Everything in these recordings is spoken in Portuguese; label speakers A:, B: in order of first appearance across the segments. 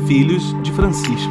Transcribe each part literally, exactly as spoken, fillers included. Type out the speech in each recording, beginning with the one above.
A: Filhos de Francisco.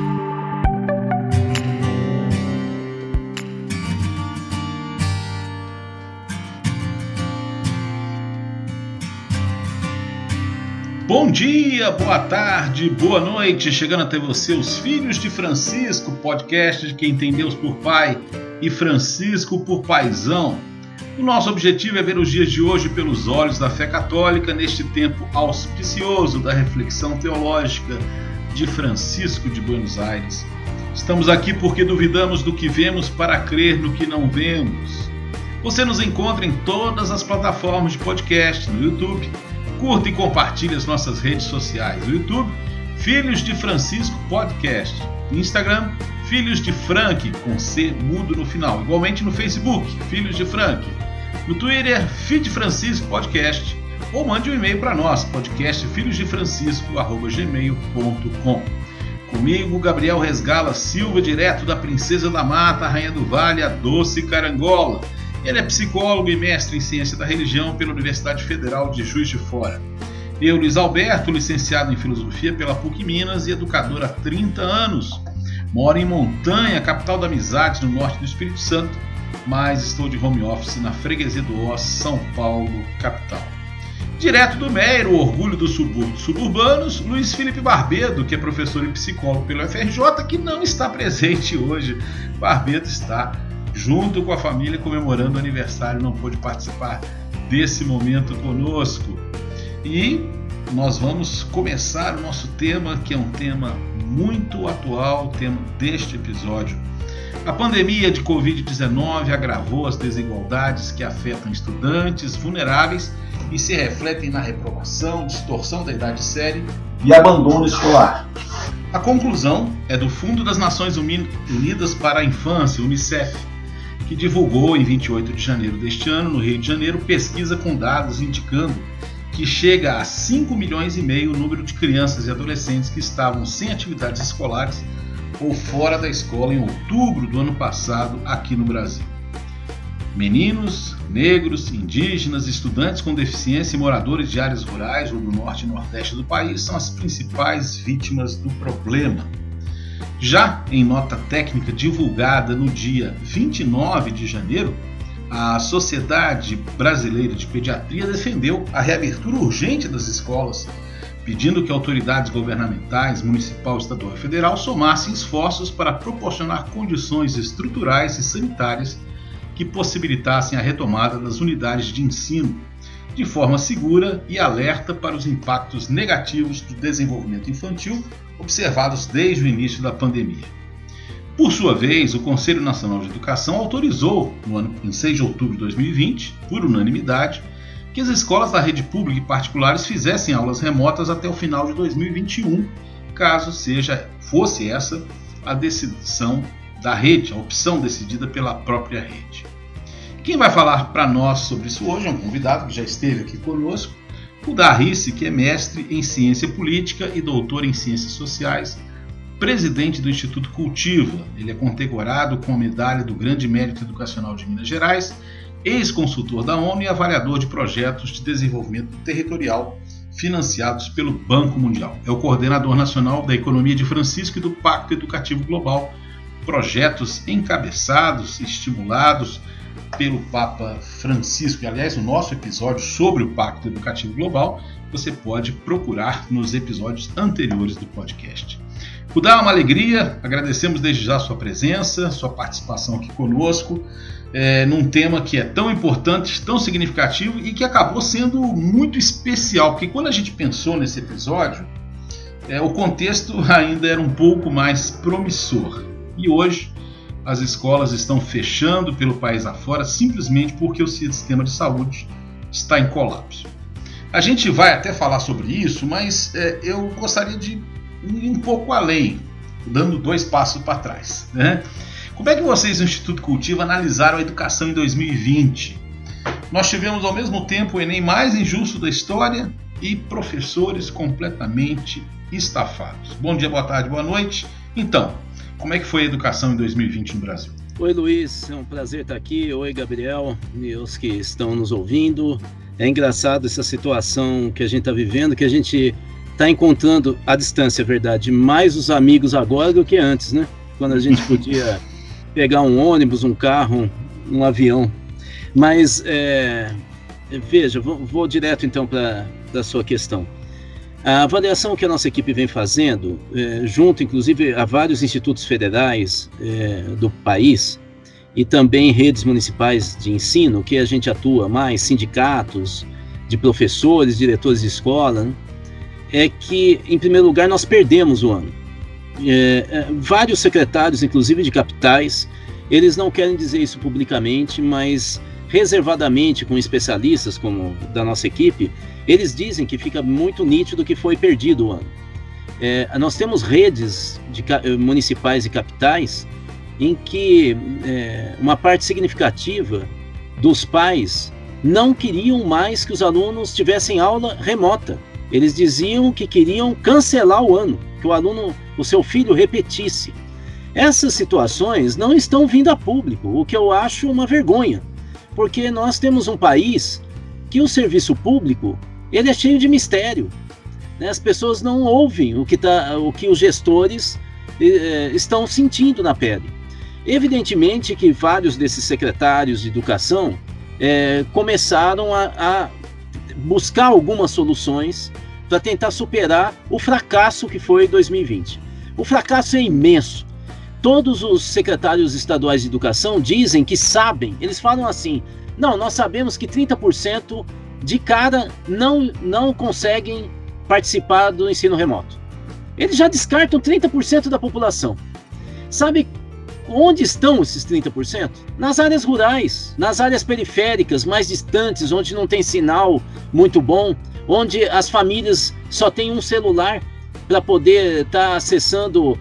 B: Bom dia, boa tarde, boa noite, chegando até você os Filhos de Francisco, podcast de quem tem Deus por Pai e Francisco por Paizão. O nosso objetivo é ver os dias de hoje pelos olhos da fé católica neste tempo auspicioso da reflexão teológica de Francisco de Buenos Aires. Estamos aqui porque duvidamos do que vemos para crer no que não vemos. Você nos encontra em todas as plataformas de podcast, no YouTube. Curta e compartilhe as nossas redes sociais. No YouTube, Filhos de Francisco Podcast. No Instagram, Filhos de Frank, com C mudo no final. Igualmente no Facebook, Filhos de Frank. No Twitter, Feed Francisco Podcast. Ou mande um e-mail para nós, podcast filhos de francisco arroba gmail ponto com. Comigo, Gabriel Resgala Silva, direto da Princesa da Mata, Rainha do Vale, a doce Carangola. Ele é psicólogo e mestre em ciência da religião pela Universidade Federal de Juiz de Fora. Eu, Luiz Alberto, licenciado em filosofia pela P U C Minas e educador há trinta anos. Moro em Montanha, capital da amizade, no norte do Espírito Santo, mas estou de home office na freguesia do Oss, São Paulo, capital. Direto do Meiro, o orgulho dos subúrbios suburbanos, Luiz Felipe Barbedo, que é professor e psicólogo pelo F R J, que não está presente hoje. Barbedo está junto com a família comemorando o aniversário, não pôde participar desse momento conosco. E nós vamos começar o nosso tema, que é um tema muito atual, o tema deste episódio. A pandemia de covid dezenove agravou as desigualdades que afetam estudantes vulneráveis e se refletem na reprovação, distorção da idade séria e abandono escolar. A conclusão é do Fundo das Nações Unidas para a Infância, Unicef, que divulgou em vinte e oito de janeiro deste ano, no Rio de Janeiro, pesquisa com dados indicando que chega a cinco milhões e meio o número de crianças e adolescentes que estavam sem atividades escolares ou fora da escola em outubro do ano passado aqui no Brasil. Meninos, negros, indígenas, estudantes com deficiência e moradores de áreas rurais ou do norte e nordeste do país são as principais vítimas do problema. Já em nota técnica divulgada no dia vinte e nove de janeiro, a Sociedade Brasileira de Pediatria defendeu a reabertura urgente das escolas, pedindo que autoridades governamentais, municipal, estadual e federal somassem esforços para proporcionar condições estruturais e sanitárias que possibilitassem a retomada das unidades de ensino de forma segura e alerta para os impactos negativos do desenvolvimento infantil observados desde o início da pandemia. Por sua vez, o Conselho Nacional de Educação autorizou, no ano, em seis de outubro de dois mil e vinte, por unanimidade, que as escolas da rede pública e particulares fizessem aulas remotas até o final de dois mil e vinte e um, caso seja, fosse essa a decisão da rede, a opção decidida pela própria rede. Quem vai falar para nós sobre isso hoje é um convidado que já esteve aqui conosco, o Darrice, que é mestre em ciência política e doutor em ciências sociais, presidente do Instituto Cultiva. Ele é condecorado com a medalha do Grande Mérito Educacional de Minas Gerais, ex-consultor da ONU e avaliador de projetos de desenvolvimento territorial financiados pelo Banco Mundial. É o coordenador nacional da Economia de Francisco e do Pacto Educativo Global, projetos encabeçados e estimulados pelo Papa Francisco. E, aliás, o nosso episódio sobre o Pacto Educativo Global você pode procurar nos episódios anteriores do podcast. Rudá, é uma alegria, agradecemos desde já a sua presença, sua participação aqui conosco, é, num tema que é tão importante, tão significativo e que acabou sendo muito especial, porque quando a gente pensou nesse episódio, é, o contexto ainda era um pouco mais promissor. E hoje as escolas estão fechando pelo país afora simplesmente porque o sistema de saúde está em colapso. A gente vai até falar sobre isso, mas é, eu gostaria de ir um pouco além, dando dois passos para trás, né? Como é que vocês, no Instituto Cultiva, analisaram a educação em dois mil e vinte? Nós tivemos ao mesmo tempo o Enem mais injusto da história e professores completamente estafados. Bom dia, boa tarde, boa noite. Então, como é que foi a educação em dois mil e vinte no Brasil?
C: Oi, Luiz, é um prazer estar aqui. Oi, Gabriel e os que estão nos ouvindo. É engraçado essa situação que a gente está vivendo, que a gente está encontrando à distância, é verdade, mais os amigos agora do que antes, né? Quando a gente podia pegar um ônibus, um carro, um, um avião. Mas, é, veja, vou, vou direto então para a sua questão. A avaliação que a nossa equipe vem fazendo, é, junto inclusive a vários institutos federais é, do país, e também redes municipais de ensino, que a gente atua mais, sindicatos de professores, diretores de escola, né? É que, em primeiro lugar, nós perdemos o ano. É, é, vários secretários, inclusive de capitais, eles não querem dizer isso publicamente, mas reservadamente com especialistas como da nossa equipe, eles dizem que fica muito nítido que foi perdido o ano. É, nós temos redes de, municipais e capitais em que é, uma parte significativa dos pais não queriam mais que os alunos tivessem aula remota. Eles diziam que queriam cancelar o ano, que o aluno, o seu filho repetisse. Essas situações não estão vindo a público, o que eu acho uma vergonha, porque nós temos um país que o serviço público ele é cheio de mistério, né? As pessoas não ouvem o que, tá, o que os gestores eh, estão sentindo na pele. Evidentemente que vários desses secretários de educação eh, começaram a, a buscar algumas soluções para tentar superar o fracasso que foi dois mil e vinte. O fracasso é imenso. Todos os secretários estaduais de educação dizem que sabem, eles falam assim, não, nós sabemos que trinta por cento de cara não, não conseguem participar do ensino remoto. Eles já descartam trinta por cento da população. Sabe onde estão esses trinta por cento? Nas áreas rurais, nas áreas periféricas, mais distantes, onde não tem sinal muito bom, onde as famílias só têm um celular para poder estar tá acessando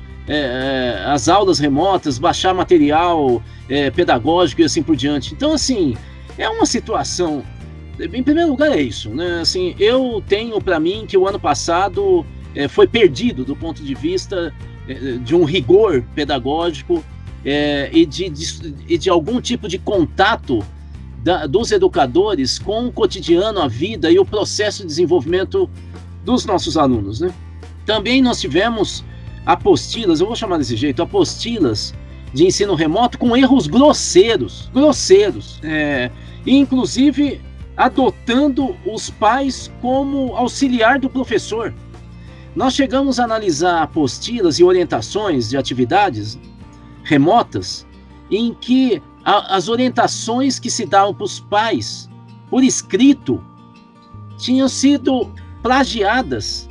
C: é, as aulas remotas, baixar material é, pedagógico e assim por diante. Então, assim, é uma situação... Em primeiro lugar é isso, né? Assim, eu tenho para mim que o ano passado é, foi perdido do ponto de vista é, de um rigor pedagógico é, e, de, de, e de algum tipo de contato da, dos educadores com o cotidiano, a vida e o processo de desenvolvimento dos nossos alunos, né? Também nós tivemos apostilas, eu vou chamar desse jeito, apostilas de ensino remoto com erros grosseiros, grosseiros, é, e inclusive adotando os pais como auxiliar do professor. Nós chegamos a analisar apostilas e orientações de atividades remotas em que a, as orientações que se davam para os pais por escrito tinham sido plagiadas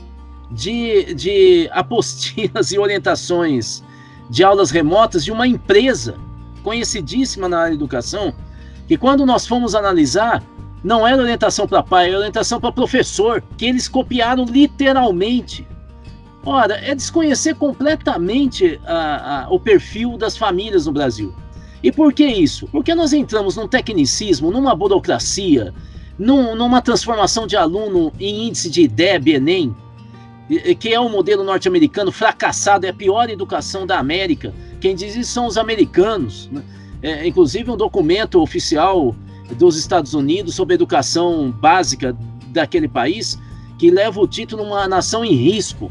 C: de, de apostilas e orientações de aulas remotas de uma empresa conhecidíssima na área de educação, que quando nós fomos analisar, não era orientação para pai, era orientação para professor, que eles copiaram literalmente. Ora, é desconhecer completamente a, a, o perfil das famílias no Brasil. E por que isso? Porque nós entramos num tecnicismo, numa burocracia, num, numa transformação de aluno em índice de I D E B, Enem, que é o modelo norte-americano fracassado, é a pior educação da América. Quem diz isso são os americanos, né? É, inclusive um documento oficial dos Estados Unidos sobre a educação básica daquele país, que leva o título Uma Nação em Risco.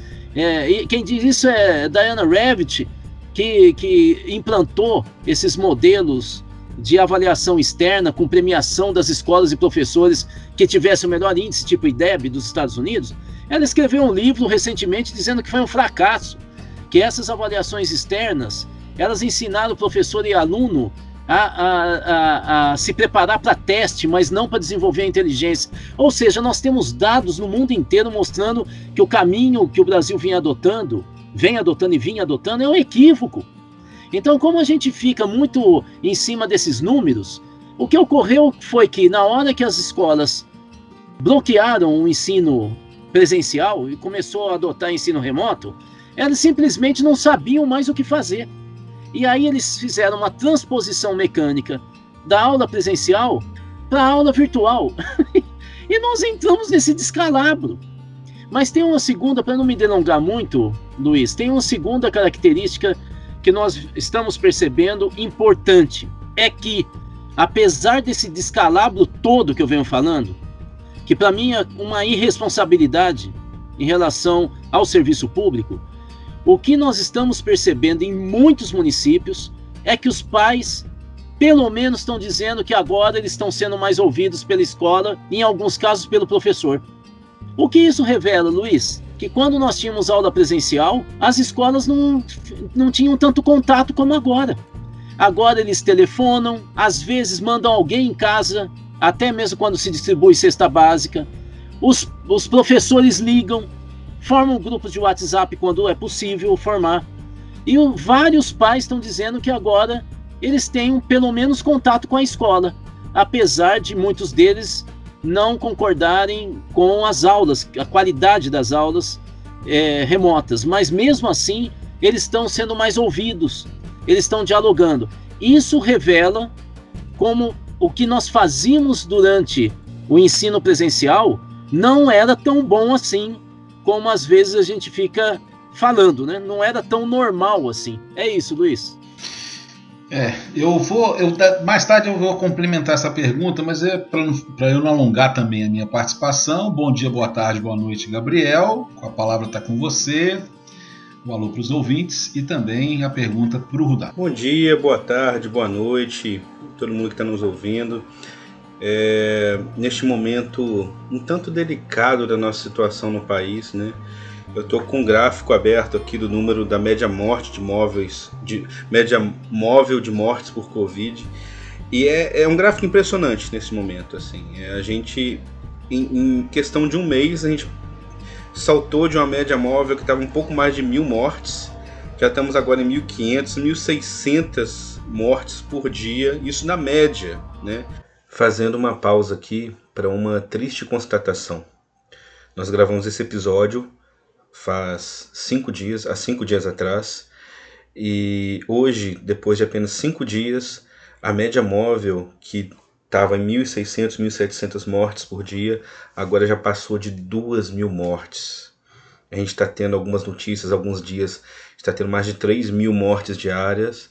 C: É, e quem diz isso é Diana Ravitch, que, que implantou esses modelos de avaliação externa com premiação das escolas e professores que tivessem o melhor índice, tipo I D E B dos Estados Unidos. Ela escreveu um livro recentemente dizendo que foi um fracasso, que essas avaliações externas, elas ensinaram o professor e aluno A, a, a, a se preparar para teste, mas não para desenvolver a inteligência. Ou seja, nós temos dados no mundo inteiro mostrando que o caminho que o Brasil vinha adotando, vem adotando e vinha adotando, é um equívoco. Então, como a gente fica muito em cima desses números, o que ocorreu foi que na hora que as escolas bloquearam o ensino presencial e começou a adotar ensino remoto, elas simplesmente não sabiam mais o que fazer. E aí eles fizeram uma transposição mecânica da aula presencial para a aula virtual. E nós entramos nesse descalabro. Mas tem uma segunda, para não me delongar muito, Luiz, tem uma segunda característica que nós estamos percebendo importante. É que, apesar desse descalabro todo que eu venho falando, que para mim é uma irresponsabilidade em relação ao serviço público, o que nós estamos percebendo em muitos municípios é que os pais, pelo menos, estão dizendo que agora eles estão sendo mais ouvidos pela escola, e em alguns casos pelo professor. O que isso revela, Luiz? Que quando nós tínhamos aula presencial, as escolas não, não tinham tanto contato como agora. Agora eles telefonam, às vezes mandam alguém em casa, até mesmo quando se distribui cesta básica. Os, os professores ligam, formam grupos de WhatsApp quando é possível formar. E o, vários pais estão dizendo que agora eles têm pelo menos contato com a escola, apesar de muitos deles não concordarem com as aulas, a qualidade das aulas é, remotas. Mas mesmo assim, eles estão sendo mais ouvidos, eles estão dialogando. Isso revela como o que nós fazíamos durante o ensino presencial não era tão bom assim, como às vezes a gente fica falando, né? Não era tão normal assim. É isso, Luiz.
B: É, eu vou, eu, mais tarde eu vou complementar essa pergunta, mas é para eu não alongar também a minha participação. Bom dia, boa tarde, boa noite, Gabriel. A palavra está com você. Um alô para os ouvintes e também a pergunta para o Rudá.
A: Bom dia, boa tarde, boa noite, todo mundo que está nos ouvindo. É, neste momento um tanto delicado da nossa situação no país, né? Eu estou com um gráfico aberto aqui do número da média morte de móveis, de média móvel de mortes por Covid, e é, é um gráfico impressionante nesse momento. Assim, é, a gente, em, em questão de um mês, a gente saltou de uma média móvel que estava um pouco mais de mil mortes, já estamos agora em mil e quinhentas, mil e seiscentas mortes por dia, isso na média, né? Fazendo uma pausa aqui para uma triste constatação. Nós gravamos esse episódio faz cinco dias, há cinco dias atrás, e hoje, depois de apenas cinco dias, a média móvel, que estava em mil e seiscentas, mil e setecentas mortes por dia, agora já passou de duas mil mortes. A gente está tendo algumas notícias, alguns dias está tendo mais de três mil mortes diárias,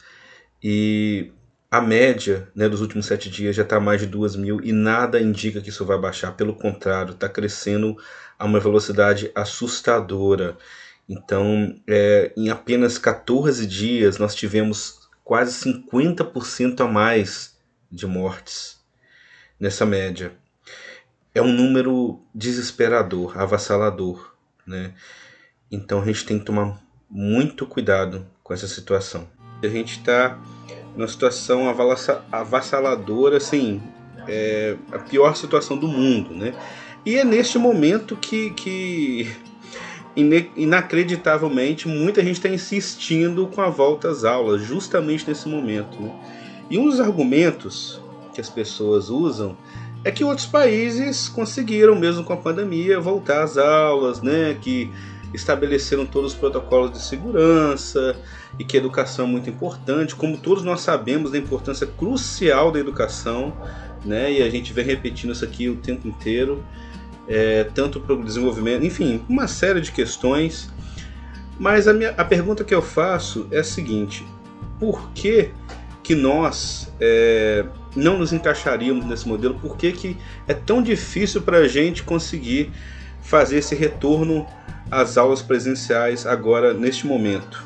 A: e a média, né, dos últimos sete dias já está mais de duas mil, e nada indica que isso vai baixar. Pelo contrário, está crescendo a uma velocidade assustadora. Então, é, em apenas quatorze dias, nós tivemos quase cinquenta por cento a mais de mortes nessa média. É um número desesperador, avassalador, né? Então, a gente tem que tomar muito cuidado com essa situação. A gente está numa situação avassaladora, assim, é a pior situação do mundo, né? E é neste momento que, que inacreditavelmente, muita gente está insistindo com a volta às aulas, justamente nesse momento, né? E um dos argumentos que as pessoas usam é que outros países conseguiram, mesmo com a pandemia, voltar às aulas, né? Que estabeleceram todos os protocolos de segurança e que a educação é muito importante, como todos nós sabemos da importância crucial da educação, né? E a gente vem repetindo isso aqui o tempo inteiro. É, tanto para o desenvolvimento, enfim, uma série de questões. Mas a, minha, a pergunta que eu faço é a seguinte: por que que nós é, não nos encaixaríamos nesse modelo? Por que que é tão difícil para a gente conseguir fazer esse retorno às aulas presenciais agora, neste momento?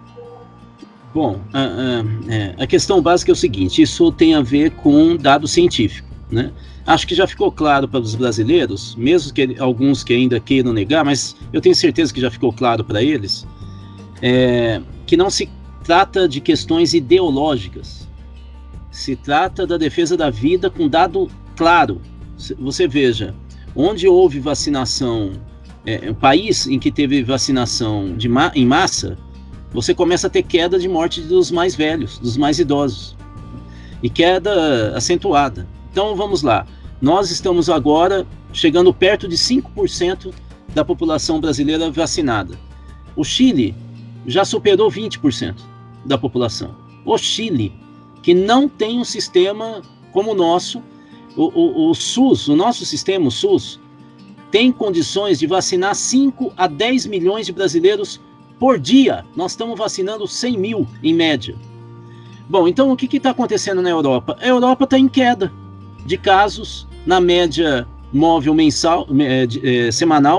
C: Bom, a, a, a questão básica é o seguinte: isso tem a ver com dado científico, né? Acho que já ficou claro para os brasileiros, mesmo que alguns que ainda queiram negar, mas eu tenho certeza que já ficou claro para eles, é, que não se trata de questões ideológicas, se trata da defesa da vida com dado claro. Você veja, onde houve vacinação, é, um país em que teve vacinação de ma- em massa, você começa a ter queda de morte dos mais velhos, dos mais idosos, e queda acentuada. Então vamos lá, nós estamos agora chegando perto de cinco por cento da população brasileira vacinada. O Chile já superou vinte por cento da população. O Chile, que não tem um sistema como o nosso, o, o, o SUS, o nosso sistema, o SUS, tem condições de vacinar cinco a dez milhões de brasileiros por dia. Nós estamos vacinando cem mil em média. Bom, então o que está acontecendo na Europa? A Europa está em queda de casos, na média móvel mensal, é, é, semanal,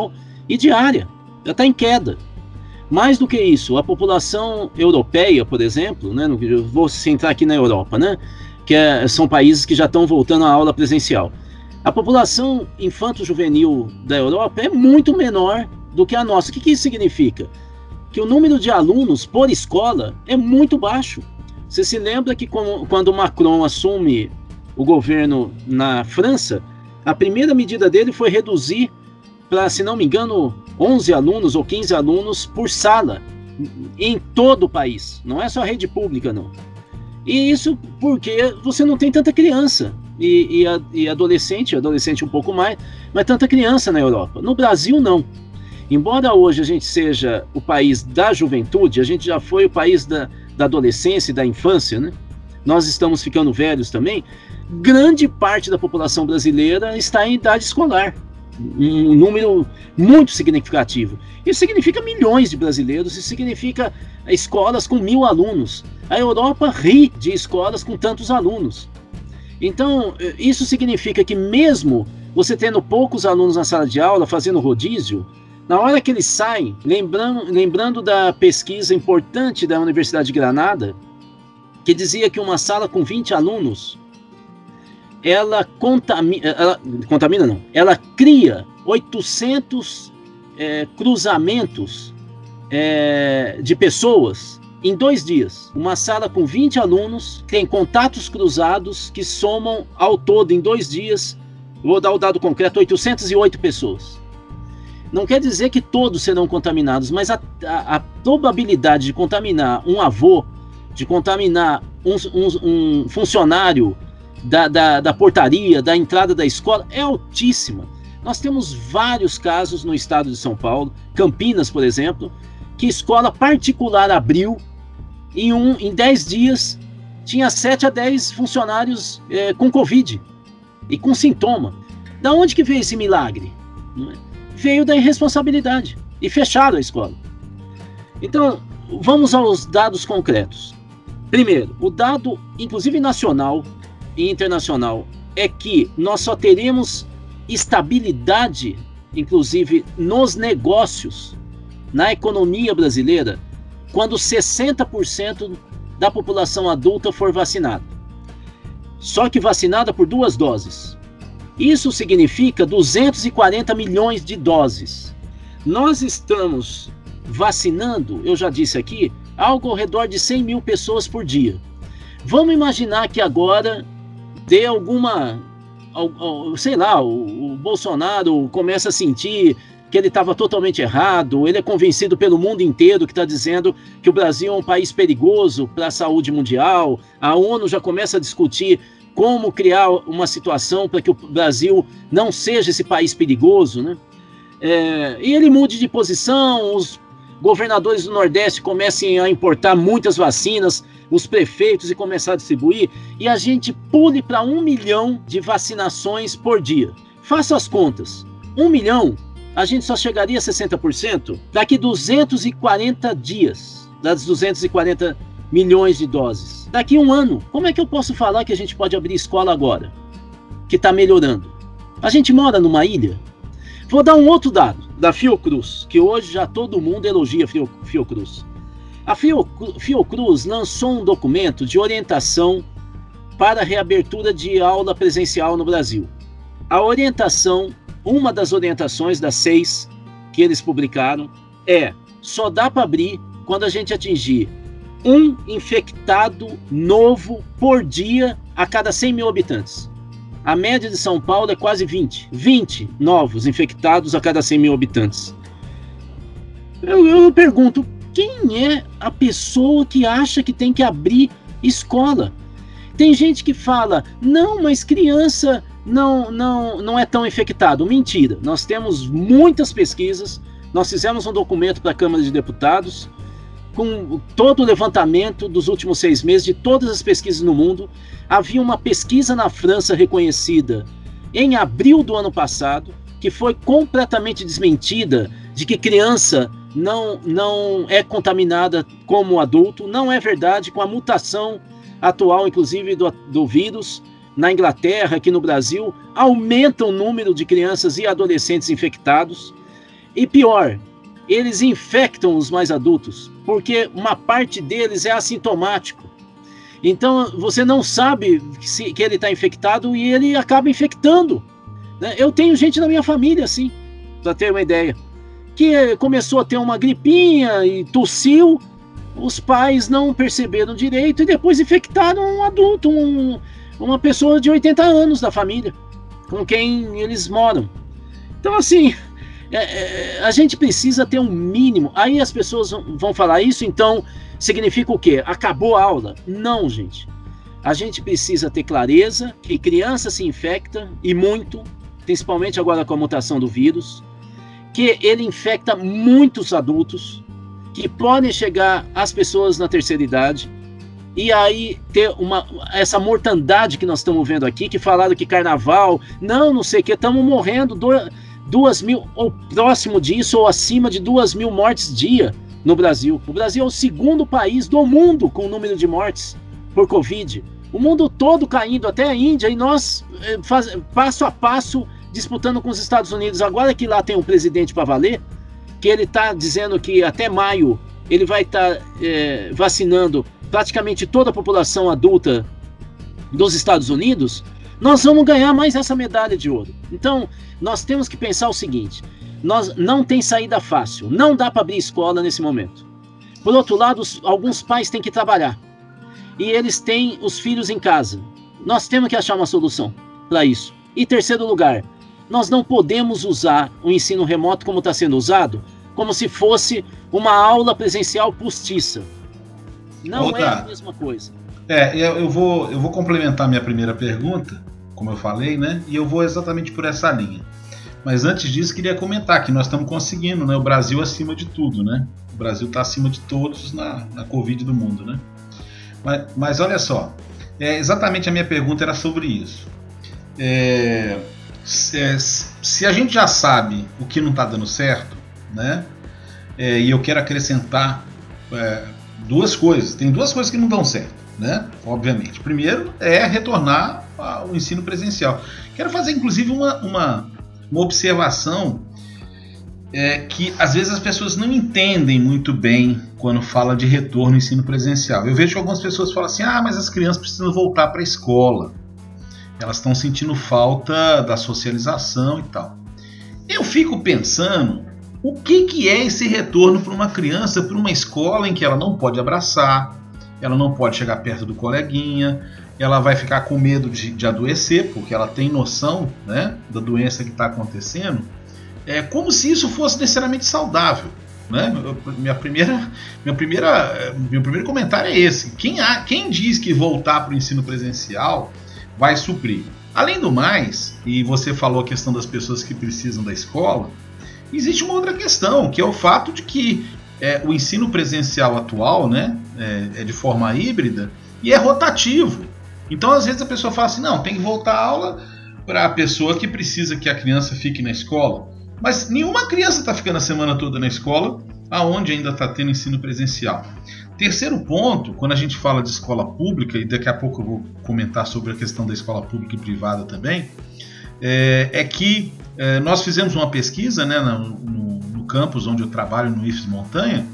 C: e diária, já está em queda. Mais do que isso, a população europeia, por exemplo, né, eu vou centrar aqui na Europa, né, que é, são países que já estão voltando à aula presencial. A população infanto-juvenil da Europa é muito menor do que a nossa. O que, que isso significa? Que o número de alunos por escola é muito baixo. Você se lembra que quando Macron assume o governo na França, a primeira medida dele foi reduzir para, se não me engano, onze alunos ou quinze alunos por sala, em todo o país. Não é só a rede pública, não. E isso porque você não tem tanta criança, e, e, a, e adolescente, adolescente um pouco mais, mas tanta criança na Europa. No Brasil, não. Embora hoje a gente seja o país da juventude, a gente já foi o país da, da adolescência e da infância, né? Nós estamos ficando velhos também. Grande parte da população brasileira está em idade escolar. Um número muito significativo. Isso significa milhões de brasileiros, isso significa escolas com mil alunos. A Europa ri de escolas com tantos alunos. Então, isso significa que mesmo você tendo poucos alunos na sala de aula, fazendo rodízio, na hora que eles saem, lembrando, lembrando da pesquisa importante da Universidade de Granada, que dizia que uma sala com vinte alunos ela contamina, ela, contamina não, ela cria oitocentos é, cruzamentos é, de pessoas em dois dias. Uma sala com vinte alunos tem contatos cruzados que somam ao todo em dois dias, vou dar o dado concreto, oitocentas e oito pessoas. Não quer dizer que todos serão contaminados, mas a, a, a probabilidade de contaminar um avô, de contaminar um, um, um funcionário Da, da, da portaria, da entrada da escola, é altíssima. Nós temos vários casos no estado de São Paulo, Campinas, por exemplo, que escola particular abriu, em, um, em dez dias, tinha sete a dez funcionários é, com Covid e com sintoma. Da onde que veio esse milagre? Não é? Veio da irresponsabilidade, e fecharam a escola. Então, vamos aos dados concretos. Primeiro, o dado, inclusive nacional, e internacional, é que nós só teremos estabilidade, inclusive nos negócios, na economia brasileira, quando sessenta por cento da população adulta for vacinada. Só que vacinada por duas doses. Isso significa duzentos e quarenta milhões de doses. Nós estamos vacinando, eu já disse aqui, algo ao redor de cem mil pessoas por dia. Vamos imaginar que agora dê alguma, sei lá, o, o Bolsonaro começa a sentir que ele estava totalmente errado, ele é convencido pelo mundo inteiro que está dizendo que o Brasil é um país perigoso para a saúde mundial, a ONU já começa a discutir como criar uma situação para que o Brasil não seja esse país perigoso, né? É, e ele mude de posição, os governadores do Nordeste comecem a importar muitas vacinas, os prefeitos, e começar a distribuir, e a gente pule para um milhão de vacinações por dia. Faça as contas. Um milhão, a gente só chegaria a sessenta por cento daqui duzentos e quarenta dias, das duzentos e quarenta milhões de doses. Daqui um ano, como é que eu posso falar que a gente pode abrir escola agora? Que está melhorando. A gente mora numa ilha? Vou dar um outro dado, da Fiocruz, que hoje já todo mundo elogia a Fiocruz. A Fiocruz lançou um documento de orientação para a reabertura de aula presencial no Brasil. A orientação, uma das orientações das seis que eles publicaram, é: só dá para abrir quando a gente atingir um infectado novo por dia a cada cem mil habitantes. A média de São Paulo é quase vinte. vinte novos infectados a cada cem mil habitantes. Eu, eu pergunto, quem é a pessoa que acha que tem que abrir escola? Tem gente que fala, não, mas criança não, não, não é tão infectado. Mentira, nós temos muitas pesquisas, nós fizemos um documento para a Câmara de Deputados, com todo o levantamento dos últimos seis meses de todas as pesquisas no mundo. Havia uma pesquisa na França reconhecida em abril do ano passado, que foi completamente desmentida, de que criança não, não é contaminada como adulto. Não é verdade, com a mutação atual, inclusive, do, do vírus, na Inglaterra, aqui no Brasil, aumenta o número de crianças e adolescentes infectados. E pior, eles infectam os mais adultos, porque uma parte deles é assintomático. Então você não sabe se, que ele está infectado e ele acaba infectando. Né? Eu tenho gente na minha família, assim, para ter uma ideia, que começou a ter uma gripinha e tossiu, os pais não perceberam direito e depois infectaram um adulto, um, uma pessoa de oitenta anos da família, com quem eles moram. Então, assim, é, é, a gente precisa ter um mínimo. Aí as pessoas vão falar isso, então significa o quê? Acabou a aula? Não, gente. A gente precisa ter clareza que criança se infecta, e muito, principalmente agora com a mutação do vírus, que ele infecta muitos adultos, que podem chegar às pessoas na terceira idade, e aí ter uma, essa mortandade que nós estamos vendo aqui, que falaram que carnaval, não, não sei o que, estamos morrendo do, duas mil, ou próximo disso, ou acima de duas mil mortes dia no Brasil. O Brasil é o segundo país do mundo com o número de mortes por Covid. O mundo todo caindo, até a Índia, e nós, faz, passo a passo, disputando com os Estados Unidos. Agora que lá tem um presidente para valer, que ele está dizendo que até maio ele vai estar tá, é, vacinando praticamente toda a população adulta dos Estados Unidos, nós vamos ganhar mais essa medalha de ouro. Então, nós temos que pensar o seguinte, nós não tem saída fácil, não dá para abrir escola nesse momento. Por outro lado, alguns pais têm que trabalhar, e eles têm os filhos em casa. Nós temos que achar uma solução para isso. E terceiro lugar, nós não podemos usar o ensino remoto como está sendo usado, como se fosse uma aula presencial postiça. Não Outra. é a mesma coisa.
B: É, eu, eu, vou, eu vou complementar minha primeira pergunta, como eu falei, né? E eu vou exatamente por essa linha. Mas antes disso, queria comentar que nós estamos conseguindo, né? O Brasil acima de tudo, né? O Brasil está acima de todos na, na Covid do mundo, né? Mas, mas olha só, é, exatamente a minha pergunta era sobre isso. É, se, se a gente já sabe o que não está dando certo, né? É, e eu quero acrescentar é, duas coisas. Tem duas coisas que não dão certo, né? Obviamente. Primeiro é retornar ao ensino presencial. Quero fazer inclusive uma, uma, uma observação é, que às vezes as pessoas não entendem muito bem quando fala de retorno ao ensino presencial. Eu vejo que algumas pessoas falam assim, ah, mas as crianças precisam voltar para a escola. Elas estão sentindo falta da socialização e tal. Eu fico pensando, o que, que é esse retorno para uma criança, para uma escola em que ela não pode abraçar, ela não pode chegar perto do coleguinha, ela vai ficar com medo de, de adoecer, porque ela tem noção, né, da doença que está acontecendo, é como se isso fosse necessariamente saudável. Né? Minha primeira, minha primeira, meu primeiro comentário é esse. Quem, há, quem diz que voltar para o ensino presencial vai suprir? Além do mais, e você falou a questão das pessoas que precisam da escola, existe uma outra questão, que é o fato de que é, o ensino presencial atual, né, é, é de forma híbrida e é rotativo. Então, às vezes a pessoa fala assim, não, tem que voltar a aula para a pessoa que precisa que a criança fique na escola. Mas nenhuma criança está ficando a semana toda na escola, aonde ainda está tendo ensino presencial. Terceiro ponto, quando a gente fala de escola pública, e daqui a pouco eu vou comentar sobre a questão da escola pública e privada também, é, é que é, nós fizemos uma pesquisa, né, no, no, no campus onde eu trabalho, no I F E S Montanha,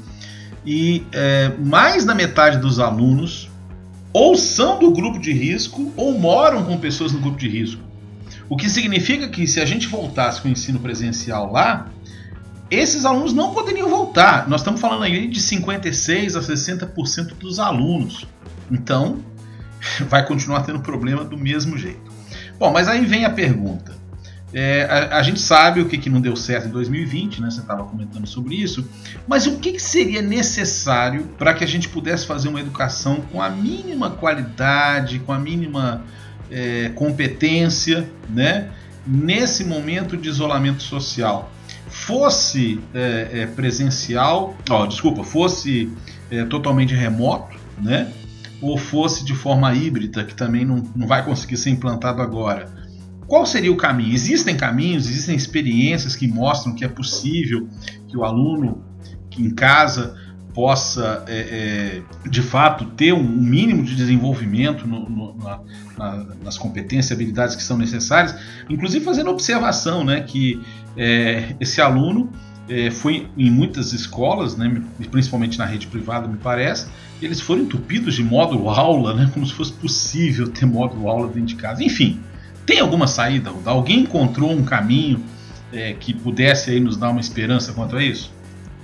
B: e é, mais da metade dos alunos ou são do grupo de risco ou moram com pessoas no grupo de risco. O que significa que se a gente voltasse com o ensino presencial lá, esses alunos não poderiam voltar. Nós estamos falando aí de cinquenta e seis a sessenta por cento dos alunos. Então, vai continuar tendo problema do mesmo jeito. Bom, mas aí vem a pergunta. É, a, a gente sabe o que, que não deu certo em dois mil e vinte, né? Você estava comentando sobre isso. Mas o que, que seria necessário para que a gente pudesse fazer uma educação com a mínima qualidade, com a mínima é, competência, né? Nesse momento de isolamento social? Fosse é, é, presencial, ó, desculpa, fosse é, totalmente remoto, né? Ou fosse de forma híbrida, que também não, não vai conseguir ser implantado agora. Qual seria o caminho? Existem caminhos, existem experiências que mostram que é possível que o aluno que em casa possa, é, é, de fato, ter um mínimo de desenvolvimento no, no, na, na, nas competências e habilidades que são necessárias, inclusive fazendo observação, né, que é, esse aluno é, foi em muitas escolas, né, principalmente na rede privada, me parece, eles foram entupidos de módulo aula, né, como se fosse possível ter módulo aula dentro de casa. Enfim, tem alguma saída? Alguém encontrou um caminho é, que pudesse aí nos dar uma esperança quanto a isso?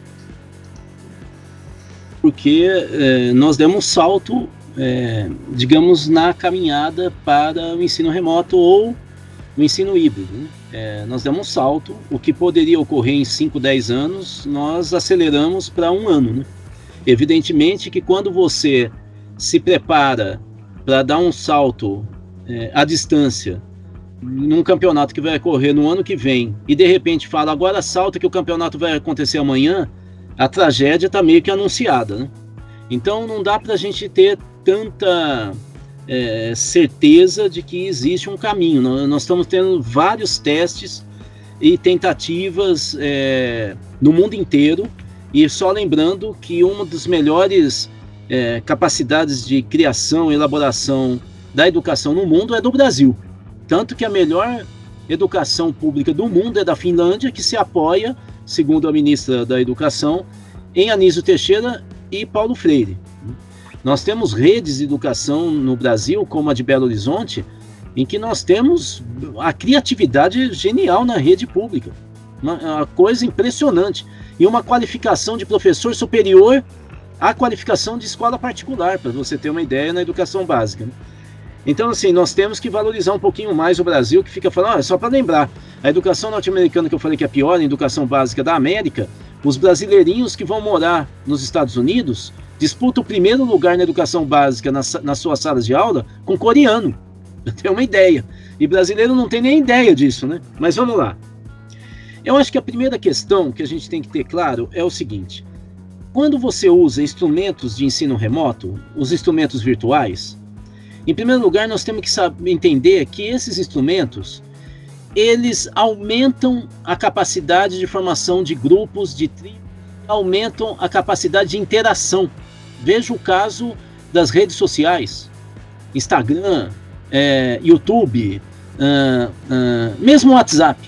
C: Porque é, nós demos um salto, é, digamos, na caminhada para o ensino remoto ou o ensino híbrido, né? É, nós demos um salto, o que poderia ocorrer em cinco, dez anos, nós aceleramos para um ano, né? Evidentemente que quando você se prepara para dar um salto é, à distância num campeonato que vai ocorrer no ano que vem e de repente fala, agora salta que o campeonato vai acontecer amanhã, a tragédia está meio que anunciada, né? Então não dá para a gente ter tanta é, certeza de que existe um caminho. Nós estamos tendo vários testes e tentativas é, no mundo inteiro. E só lembrando que uma das melhores é, capacidades de criação e elaboração da educação no mundo é do Brasil. Tanto que a melhor educação pública do mundo é da Finlândia, que se apoia, segundo a ministra da Educação, em Anísio Teixeira e Paulo Freire. Nós temos redes de educação no Brasil, como a de Belo Horizonte, em que nós temos a criatividade genial na rede pública. Uma, uma coisa impressionante. E uma qualificação de professor superior à qualificação de escola particular, para você ter uma ideia, na educação básica, né? Então, assim, nós temos que valorizar um pouquinho mais o Brasil, que fica falando, ah, só para lembrar, a educação norte-americana que eu falei que é pior, a educação básica da América, os brasileirinhos que vão morar nos Estados Unidos disputam o primeiro lugar na educação básica nas, nas suas salas de aula com coreano. Eu tenho uma ideia. E brasileiro não tem nem ideia disso, né? Mas vamos lá. Eu acho que a primeira questão que a gente tem que ter claro é o seguinte: quando você usa instrumentos de ensino remoto, os instrumentos virtuais, em primeiro lugar nós temos que saber, entender que esses instrumentos, eles aumentam a capacidade de formação de grupos, de tribos, aumentam a capacidade de interação. Veja o caso das redes sociais, Instagram, é, YouTube, uh, uh, mesmo o WhatsApp.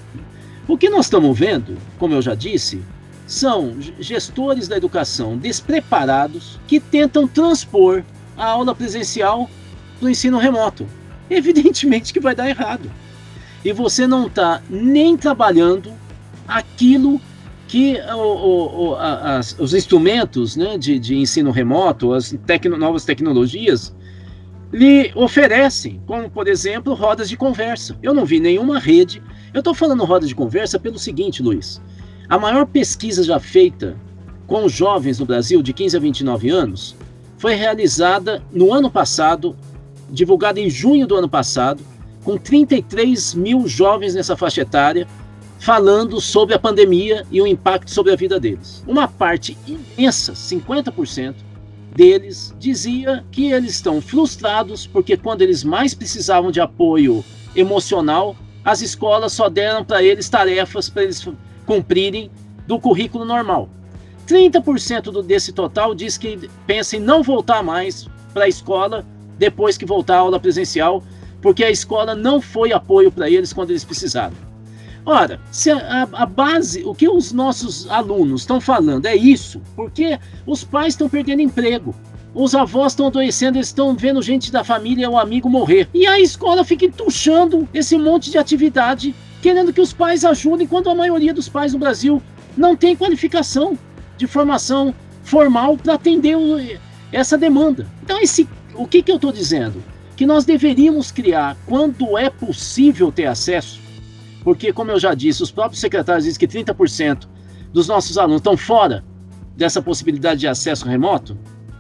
C: O que nós estamos vendo, como eu já disse, são gestores da educação despreparados que tentam transpor a aula presencial para o ensino remoto. Evidentemente que vai dar errado. E você não está nem trabalhando aquilo que o, o, o, as, os instrumentos, né, de, de ensino remoto, as tecno, novas tecnologias, lhe oferecem, como, por exemplo, rodas de conversa. Eu não vi nenhuma rede. Eu estou falando roda de conversa pelo seguinte, Luiz. A maior pesquisa já feita com jovens no Brasil de quinze a vinte e nove anos foi realizada no ano passado, divulgada em junho do ano passado, com trinta e três mil jovens nessa faixa etária, falando sobre a pandemia e o impacto sobre a vida deles. Uma parte imensa, cinquenta por cento, deles dizia que eles estão frustrados porque quando eles mais precisavam de apoio emocional, as escolas só deram para eles tarefas para eles cumprirem do currículo normal. trinta por cento do, desse total diz que pensa em não voltar mais para a escola depois que voltar a aula presencial, porque a escola não foi apoio para eles quando eles precisaram. Ora, se a, a base, o que os nossos alunos estão falando é isso, porque os pais estão perdendo emprego, os avós estão adoecendo, eles estão vendo gente da família ou amigo morrer, e a escola fica entuchando esse monte de atividade, querendo que os pais ajudem, quando a maioria dos pais no Brasil não tem qualificação de formação formal para atender o, essa demanda. Então, esse, o que, que eu estou dizendo? Que nós deveríamos criar, quando é possível ter acesso, porque, como eu já disse, os próprios secretários dizem que trinta por cento dos nossos alunos estão fora dessa possibilidade de acesso remoto.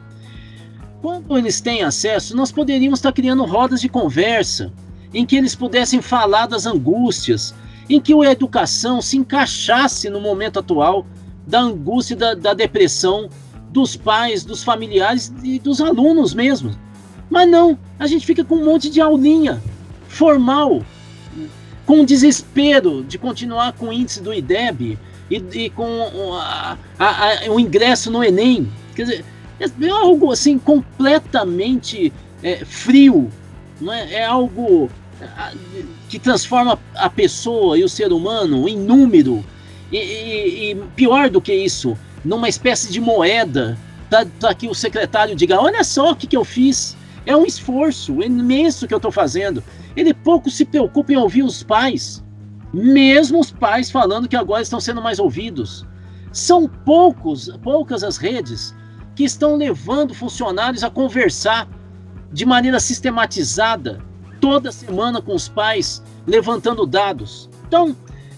C: Quando eles têm acesso, nós poderíamos estar criando rodas de conversa, em que eles pudessem falar das angústias, em que a educação se encaixasse no momento atual da angústia e da, da depressão dos pais, dos familiares e dos alunos mesmo. Mas não, a gente fica com um monte de aulinha formal, com desespero de continuar com o índice do I D E B e, e com a, a, a, o ingresso no Enem. Quer dizer, é algo assim completamente é, frio, não é? É algo que transforma a pessoa e o ser humano em número E, e, e pior do que isso, numa espécie de moeda, para que o secretário diga, olha só o que, que eu fiz, é um esforço imenso que eu estou fazendo. Ele pouco se preocupa em ouvir os pais, mesmo os pais falando que agora estão sendo mais ouvidos. São poucos, poucas as redes que estão levando funcionários a conversar de maneira sistematizada, toda semana com os pais, levantando dados. Então,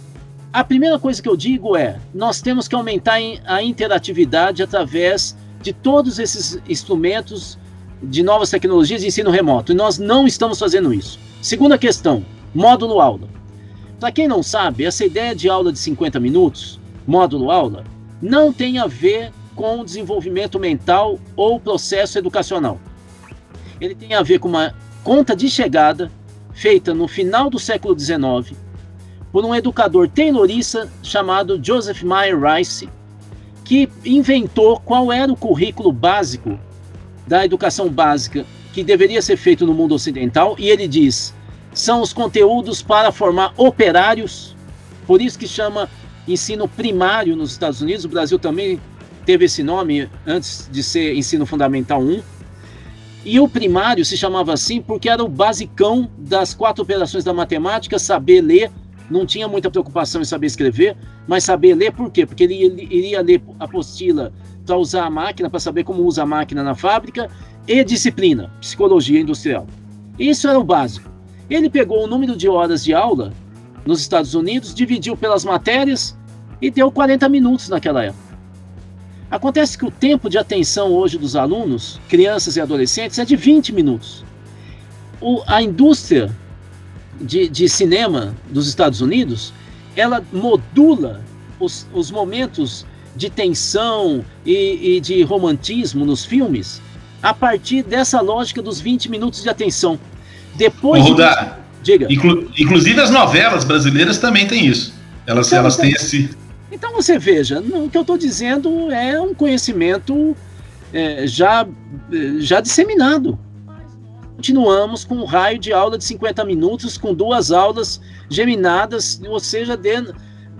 C: a primeira coisa que eu digo é, nós temos que aumentar a interatividade através de todos esses instrumentos de novas tecnologias de ensino remoto, e nós não estamos fazendo isso. Segunda questão, módulo aula. Para quem não sabe, essa ideia de aula de cinquenta minutos, módulo aula, não tem a ver com desenvolvimento mental ou processo educacional. Ele tem a ver com uma conta de chegada feita no final do século dezenove por um educador taylorista chamado Joseph Meyer Rice, que inventou qual era o currículo básico da educação básica que deveria ser feito no mundo ocidental, e ele diz, são os conteúdos para formar operários, por isso que chama ensino primário nos Estados Unidos. O Brasil também teve esse nome antes de ser ensino fundamental um, e o primário se chamava assim porque era o basicão das quatro operações da matemática, saber ler, não tinha muita preocupação em saber escrever, mas saber ler por quê? Porque ele iria ler a apostila para usar a máquina, para saber como usa a máquina na fábrica, e disciplina, psicologia industrial. Isso era o básico. Ele pegou o número de horas de aula nos Estados Unidos, dividiu pelas matérias e deu quarenta minutos naquela época. Acontece que o tempo de atenção hoje dos alunos, crianças e adolescentes, é de vinte minutos. O, a indústria de, de cinema dos Estados Unidos, ela modula os, os momentos de tensão e, e de romantismo nos filmes a partir dessa lógica dos vinte minutos de atenção. Depois
B: de...
C: Diga.
B: Inclu, inclusive as novelas brasileiras também têm isso. Elas, então, elas têm esse...
C: Então você veja, o que eu estou dizendo é um conhecimento é, já, já disseminado. Continuamos com um raio de aula de cinquenta minutos, com duas aulas geminadas, ou seja, dando,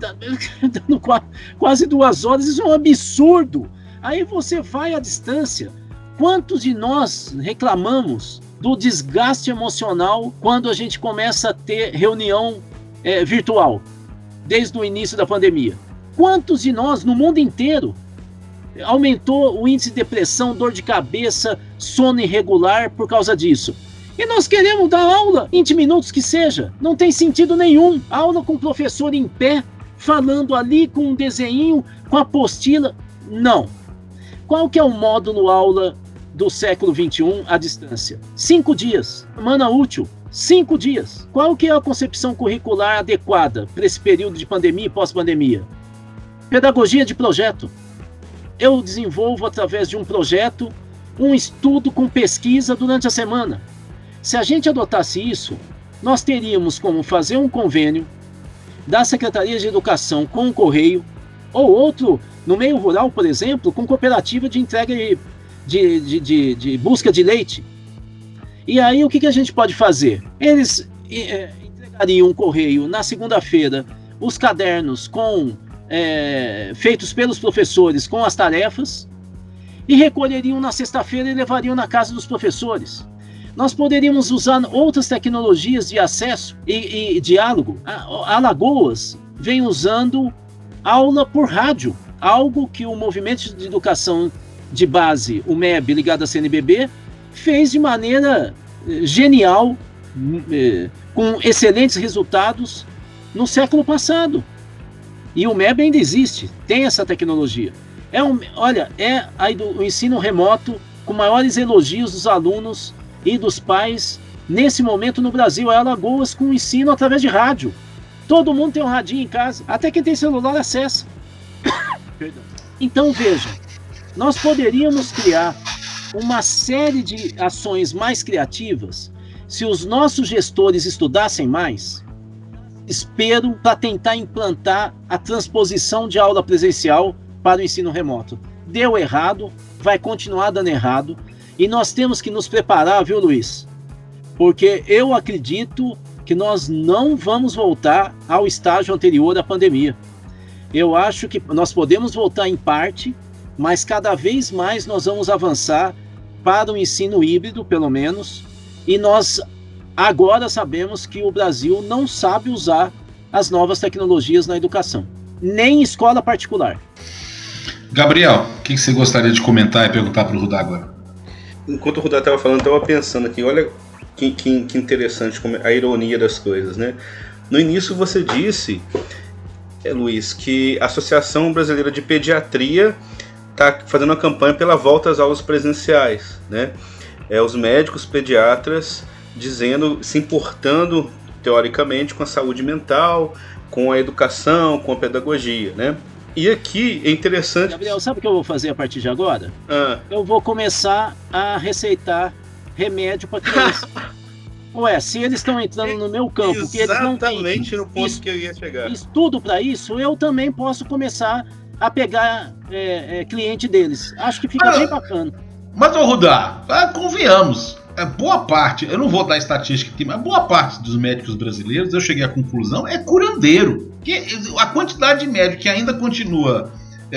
C: dando quase duas horas. Isso é um absurdo. Aí você vai à distância. Quantos de nós reclamamos do desgaste emocional quando a gente começa a ter reunião é, virtual, desde o início da pandemia? Quantos de nós, no mundo inteiro, aumentou o índice de depressão, dor de cabeça, sono irregular por causa disso? E nós queremos dar aula, vinte minutos que seja, não tem sentido nenhum. Aula com o professor em pé, falando ali com um desenho, com a apostila, não. Qual que é o módulo aula do século vinte e um à distância? Cinco dias, semana útil, cinco dias. Qual que é a concepção curricular adequada para esse período de pandemia e pós-pandemia? Pedagogia de projeto. Eu desenvolvo através de um projeto um estudo com pesquisa durante a semana. Se a gente adotasse isso, nós teríamos como fazer um convênio da Secretaria de Educação com o Correio, ou outro, no meio rural, por exemplo, com cooperativa de entrega de, de, de, de, de busca de leite. E aí o que, que a gente pode fazer? Eles é, entregariam um correio na segunda-feira, os cadernos com, é, feitos pelos professores com as tarefas, e recolheriam na sexta-feira e levariam na casa dos professores. Nós poderíamos usar outras tecnologias de acesso e, e diálogo. A Alagoas vem usando aula por rádio, algo que o Movimento de Educação de Base, o M E B, ligado à C N B B, fez de maneira genial, com excelentes resultados no século passado. E o M E B ainda existe, tem essa tecnologia. É um, olha, é a, o ensino remoto com maiores elogios dos alunos e dos pais nesse momento no Brasil. É Alagoas com ensino através de rádio. Todo mundo tem um radinho em casa, até quem tem celular acessa. Então veja, nós poderíamos criar uma série de ações mais criativas se os nossos gestores estudassem mais. Espero para tentar implantar a transposição de aula presencial para o ensino remoto. Deu errado, vai continuar dando errado, e nós temos que nos preparar, viu, Luiz? Porque eu acredito que nós não vamos voltar ao estágio anterior à pandemia. Eu acho que nós podemos voltar em parte, mas cada vez mais nós vamos avançar para o ensino híbrido, pelo menos, e nós agora sabemos que o Brasil não sabe usar as novas tecnologias na educação, nem em escola particular.
B: Gabriel, o que você gostaria de comentar e perguntar para o Rudá agora?
A: Enquanto o Rudá estava falando, eu estava pensando aqui, olha que, que, que interessante a ironia das coisas, né? No início você disse, é, Luiz, que a Associação Brasileira de Pediatria está fazendo uma campanha pela volta às aulas presenciais, né? É, os médicos pediatras dizendo, se importando teoricamente com a saúde mental, com a educação, com a pedagogia, né? E aqui é interessante...
C: Gabriel, sabe o que eu vou fazer a partir de agora?
A: Ah.
C: Eu vou começar a receitar remédio para criança. Ué, se eles estão entrando no meu campo,
A: exatamente
C: que eles não têm
A: no ponto
C: es-
A: que eu ia chegar.
C: estudo para isso, eu também posso começar a pegar é, é, cliente deles. Acho que fica
B: Ah,
C: bem bacana.
B: Mas, ô Rudá, ah, convenhamos, é, boa parte, eu não vou dar estatística aqui, mas boa parte dos médicos brasileiros, eu cheguei à conclusão, é curandeiro. Que a quantidade de médico que ainda continua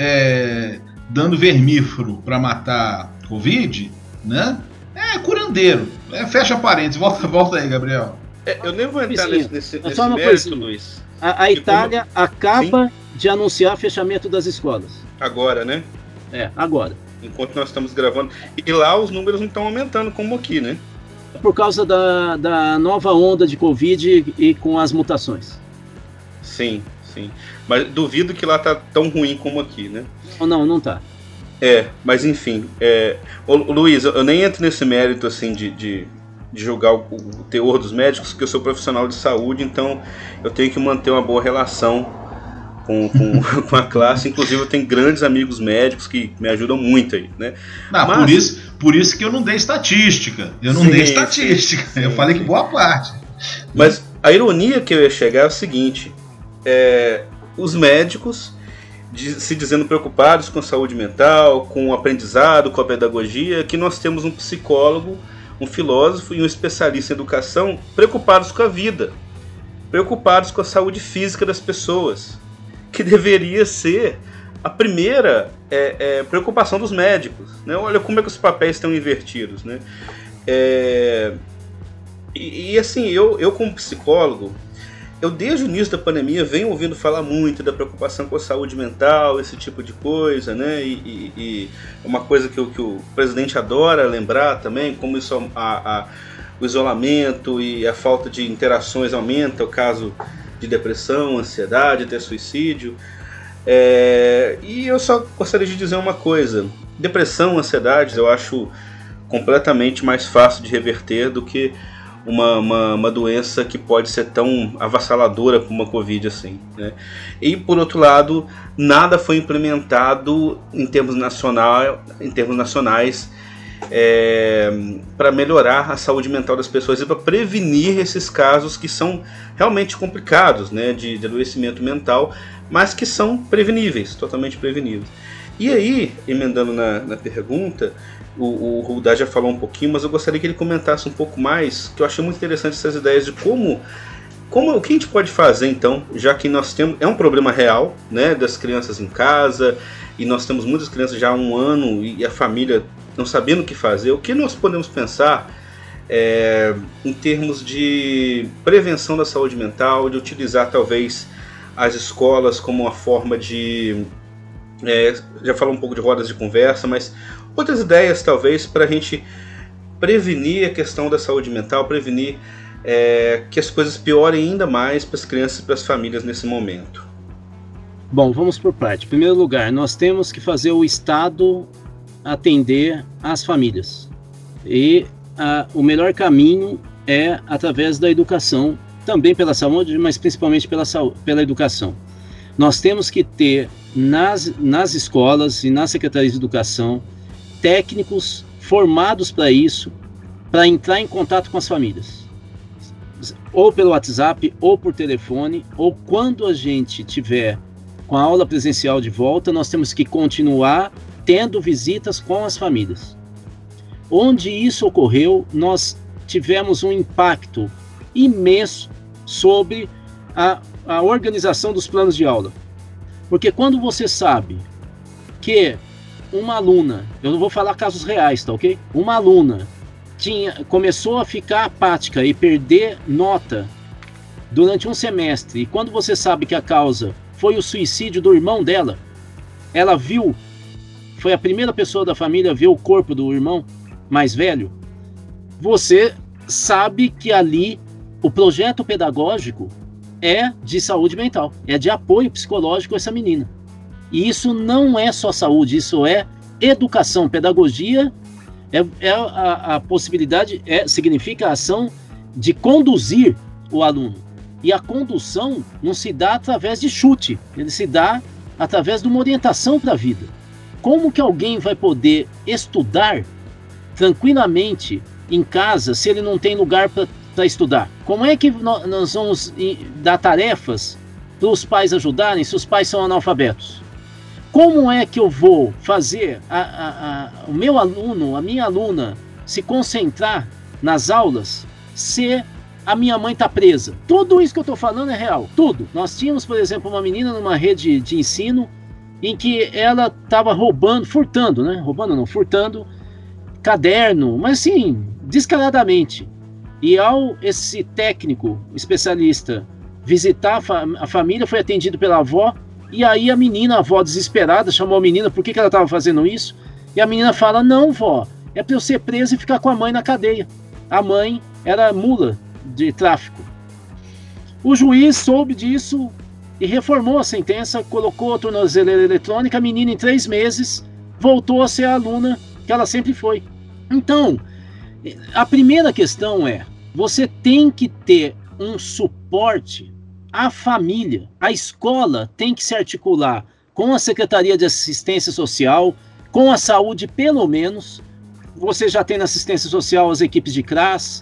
B: é, dando vermífugo para matar Covid, né? É curandeiro. É, fecha parênteses. Volta, volta aí, Gabriel.
A: É, eu nem vou entrar nesse, nesse, nesse
C: Só uma
A: mérito,
C: coisinha.
A: Luiz.
C: A, a Itália
A: como...
C: acaba
A: Sim.
C: de anunciar fechamento das escolas.
A: Agora, né?
C: É, agora.
A: Enquanto nós estamos gravando. E lá os números não estão aumentando como aqui, né?
C: Por causa da, da nova onda de Covid e com as mutações.
A: Sim, sim. Mas duvido que lá tá tão ruim como aqui, né?
C: Não, não, não tá.
A: É, mas enfim. É... Ô, Luiz, eu nem entro nesse mérito assim de, de, de julgar o, o teor dos médicos, porque eu sou profissional de saúde, então eu tenho que manter uma boa relação com, com, com a classe. Inclusive eu tenho grandes amigos médicos que me ajudam muito aí, né?
B: Não,
A: Mas...
B: por, isso, por isso que eu não dei estatística. Eu não
A: Sim,
B: dei estatística.
A: sim,
B: eu
A: sim,
B: falei
A: sim.
B: que boa parte.
A: Mas a ironia que eu ia chegar é o seguinte: é, os médicos de, se dizendo preocupados com a saúde mental, com o aprendizado, com a pedagogia, que nós temos um psicólogo, um filósofo e um especialista em educação preocupados com a vida, preocupados com a saúde física das pessoas, que deveria ser a primeira é, é, preocupação dos médicos, né? Olha como é que os papéis estão invertidos, né? É, e, e assim, eu, eu como psicólogo, eu desde o início da pandemia venho ouvindo falar muito da preocupação com a saúde mental, esse tipo de coisa, né? E, e, e uma coisa que, que o presidente adora lembrar também, como isso a, a, o isolamento e a falta de interações aumenta o caso de depressão, ansiedade, até suicídio. É, e eu só gostaria de dizer uma coisa: depressão, ansiedade, eu acho completamente mais fácil de reverter do que uma, uma, uma doença que pode ser tão avassaladora como uma Covid assim, né? E por outro lado, nada foi implementado em termos, nacional, em termos nacionais é, para melhorar a saúde mental das pessoas e para prevenir esses casos que são realmente complicados, né, de, de adoecimento mental, mas que são preveníveis, totalmente preveníveis. E aí, emendando na, na pergunta, o, o Rudá já falou um pouquinho, mas eu gostaria que ele comentasse um pouco mais, que eu achei muito interessante essas ideias de como, como o que a gente pode fazer então, já que nós temos, é um problema real, né, das crianças em casa, e nós temos muitas crianças já há um ano e a família não sabendo o que fazer. O que nós podemos pensar é, em termos de prevenção da saúde mental, de utilizar talvez as escolas como uma forma de... É, já falou um pouco de rodas de conversa, mas outras ideias talvez para a gente prevenir a questão da saúde mental, prevenir é, que as coisas piorem ainda mais para as crianças e para as famílias nesse momento.
C: Bom, vamos por parte. Em primeiro lugar, nós temos que fazer o Estado atender as famílias. E a, o melhor caminho é através da educação, também pela saúde, mas principalmente pela, pela educação. Nós temos que ter nas, nas escolas e nas secretarias de educação técnicos formados para isso, para entrar em contato com as famílias. Ou pelo WhatsApp, ou por telefone, ou quando a gente tiver com a aula presencial de volta, nós temos que continuar tendo visitas com as famílias. Onde isso ocorreu, nós tivemos um impacto imenso sobre a, a organização dos planos de aula. Porque quando você sabe que uma aluna, eu não vou falar casos reais, tá ok? Uma aluna tinha, começou a ficar apática e perder nota durante um semestre, e quando você sabe que a causa foi o suicídio do irmão dela, ela viu, foi a primeira pessoa da família a ver o corpo do irmão mais velho, você sabe que ali o projeto pedagógico é de saúde mental, é de apoio psicológico a essa menina. E isso não é só saúde, isso é educação, pedagogia, é, é a, a possibilidade, é, significa a ação de conduzir o aluno. E a condução não se dá através de chute, ele se dá através de uma orientação para a vida. Como que alguém vai poder estudar tranquilamente em casa se ele não tem lugar para estudar? Como é que nós vamos dar tarefas para os pais ajudarem se os pais são analfabetos? Como é que eu vou fazer a, a, a, o meu aluno, a minha aluna, se concentrar nas aulas se a minha mãe está presa? Tudo isso que eu estou falando é real, tudo. Nós tínhamos, por exemplo, uma menina numa rede de ensino em que ela estava roubando, furtando, né? Roubando não, furtando caderno, mas sim, descaradamente. E ao esse técnico especialista visitar a, fa a família, foi atendido pela avó, e aí a menina, a avó desesperada, chamou a menina, por que, que ela estava fazendo isso? E a menina fala, não, vó, é para eu ser presa e ficar com a mãe na cadeia. A mãe era mula de tráfico. O juiz soube disso e reformou a sentença, colocou a tornozeleira eletrônica, a menina em três meses voltou a ser a aluna que ela sempre foi. Então, a primeira questão é, você tem que ter um suporte à família. A escola tem que se articular com a Secretaria de Assistência Social, com a saúde pelo menos. Você já tem na assistência social as equipes de C R A S,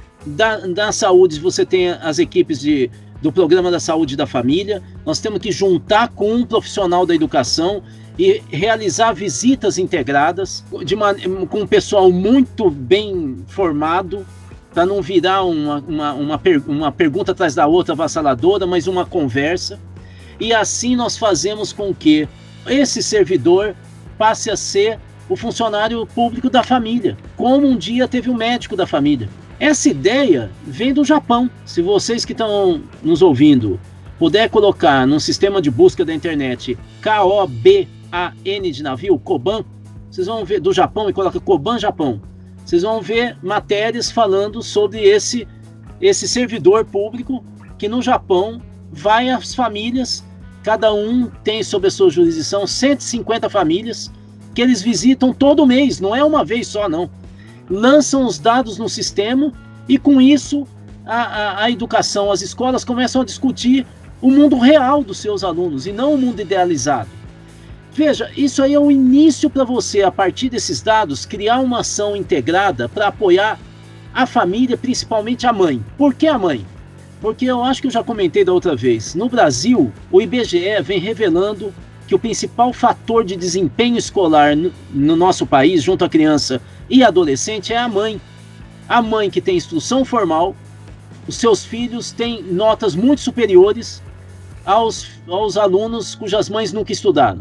C: da, da saúde você tem as equipes de, do Programa da Saúde da Família. Nós temos que juntar com um profissional da educação e realizar visitas integradas de uma, com um pessoal muito bem formado, para não virar uma, uma, uma, per, uma pergunta atrás da outra avassaladora, mas uma conversa. E assim nós fazemos com que esse servidor passe a ser o funcionário público da família, como um dia teve o médico da família. Essa ideia vem do Japão. Se vocês que estão nos ouvindo puder colocar num sistema de busca da internet K O B A N de navio, Koban, vocês vão ver do Japão e coloca Koban Japão. Vocês vão ver matérias falando sobre esse, esse servidor público que no Japão vai às famílias, cada um tem sob a sua jurisdição cento e cinquenta famílias que eles visitam todo mês, não é uma vez só não. Lançam os dados no sistema e com isso a, a, a educação, as escolas começam a discutir o mundo real dos seus alunos e não o mundo idealizado. Veja, isso aí é o início para você, a partir desses dados, criar uma ação integrada para apoiar a família, principalmente a mãe. Por que a mãe? Porque eu acho que eu já comentei da outra vez. No Brasil, o I B G E vem revelando que o principal fator de desempenho escolar no, no nosso país, junto à criança e adolescente, é a mãe. A mãe que tem instrução formal, os seus filhos têm notas muito superiores aos, aos alunos cujas mães nunca estudaram.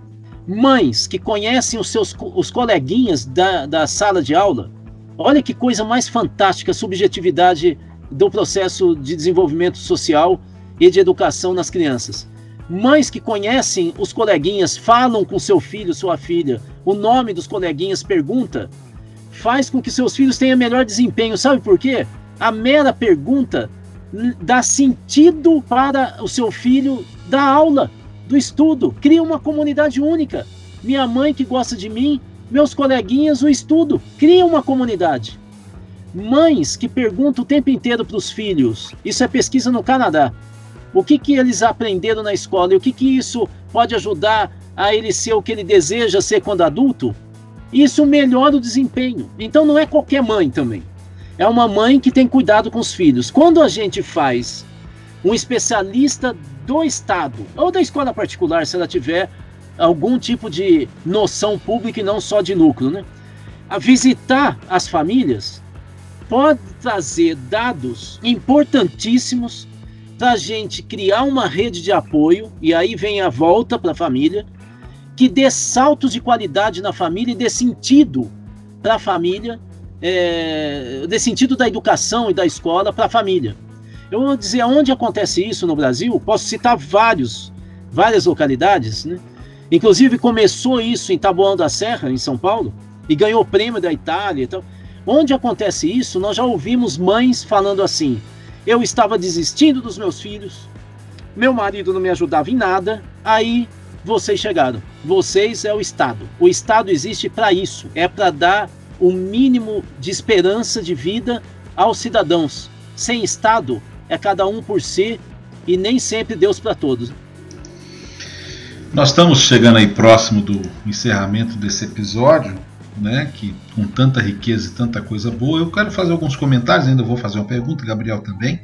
C: Mães que conhecem os seus os coleguinhas da, da sala de aula. Olha que coisa mais fantástica a subjetividade do processo de desenvolvimento social e de educação nas crianças. Mães que conhecem os coleguinhas, falam com seu filho, sua filha, o nome dos coleguinhas, pergunta, faz com que seus filhos tenham melhor desempenho. Sabe por quê? A mera pergunta dá sentido para o seu filho da aula, do estudo, cria uma comunidade única. Minha mãe que gosta de mim, meus coleguinhas, o estudo, cria uma comunidade. Mães que perguntam o tempo inteiro para os filhos, isso é pesquisa no Canadá, o que, que eles aprenderam na escola e o que, que isso pode ajudar a ele ser o que ele deseja ser quando adulto, isso melhora o desempenho. Então não é qualquer mãe também, é uma mãe que tem cuidado com os filhos. Quando a gente faz um especialista do Estado ou da escola particular, se ela tiver algum tipo de noção pública e não só de lucro, né? A visitar as famílias pode trazer dados importantíssimos para a gente criar uma rede de apoio, e aí vem a volta para a família, que dê saltos de qualidade na família e dê sentido para a família, é, dê sentido da educação e da escola para a família. Eu vou dizer onde acontece isso no Brasil, posso citar vários, várias localidades, né? Inclusive começou isso em Taboão da Serra, em São Paulo, e ganhou o prêmio da Itália. Então, onde acontece isso, nós já ouvimos mães falando assim: eu estava desistindo dos meus filhos, meu marido não me ajudava em nada, aí vocês chegaram. Vocês é o Estado. O Estado existe para isso, é para dar o mínimo de esperança de vida aos cidadãos. Sem Estado, é cada um por si e nem sempre Deus para todos.
B: Nós estamos chegando aí próximo do encerramento desse episódio, né, que com tanta riqueza e tanta coisa boa. Eu quero fazer alguns comentários, ainda vou fazer uma pergunta, Gabriel também,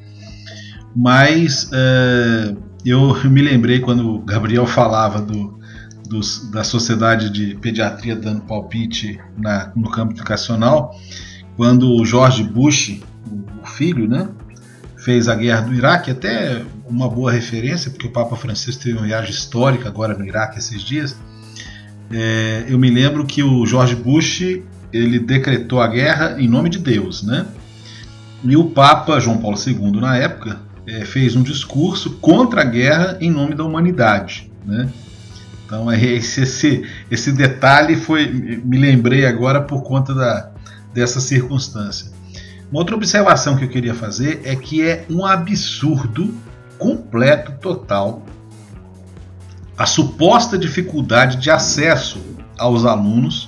B: mas é, eu me lembrei quando o Gabriel falava do, dos, da Sociedade de Pediatria dando palpite na, no campo educacional, quando o George Bush, o, o filho, né, fez a guerra do Iraque, até uma boa referência, porque o Papa Francisco teve uma viagem histórica agora no Iraque esses dias. É, eu me lembro que o George Bush, ele decretou a guerra em nome de Deus, né? E o Papa João Paulo segundo, na época, é, fez um discurso contra a guerra em nome da humanidade, né? Então esse, esse, esse detalhe foi, me lembrei agora por conta da, dessa circunstância. Uma outra observação que eu queria fazer é que é um absurdo completo, total, a suposta dificuldade de acesso aos alunos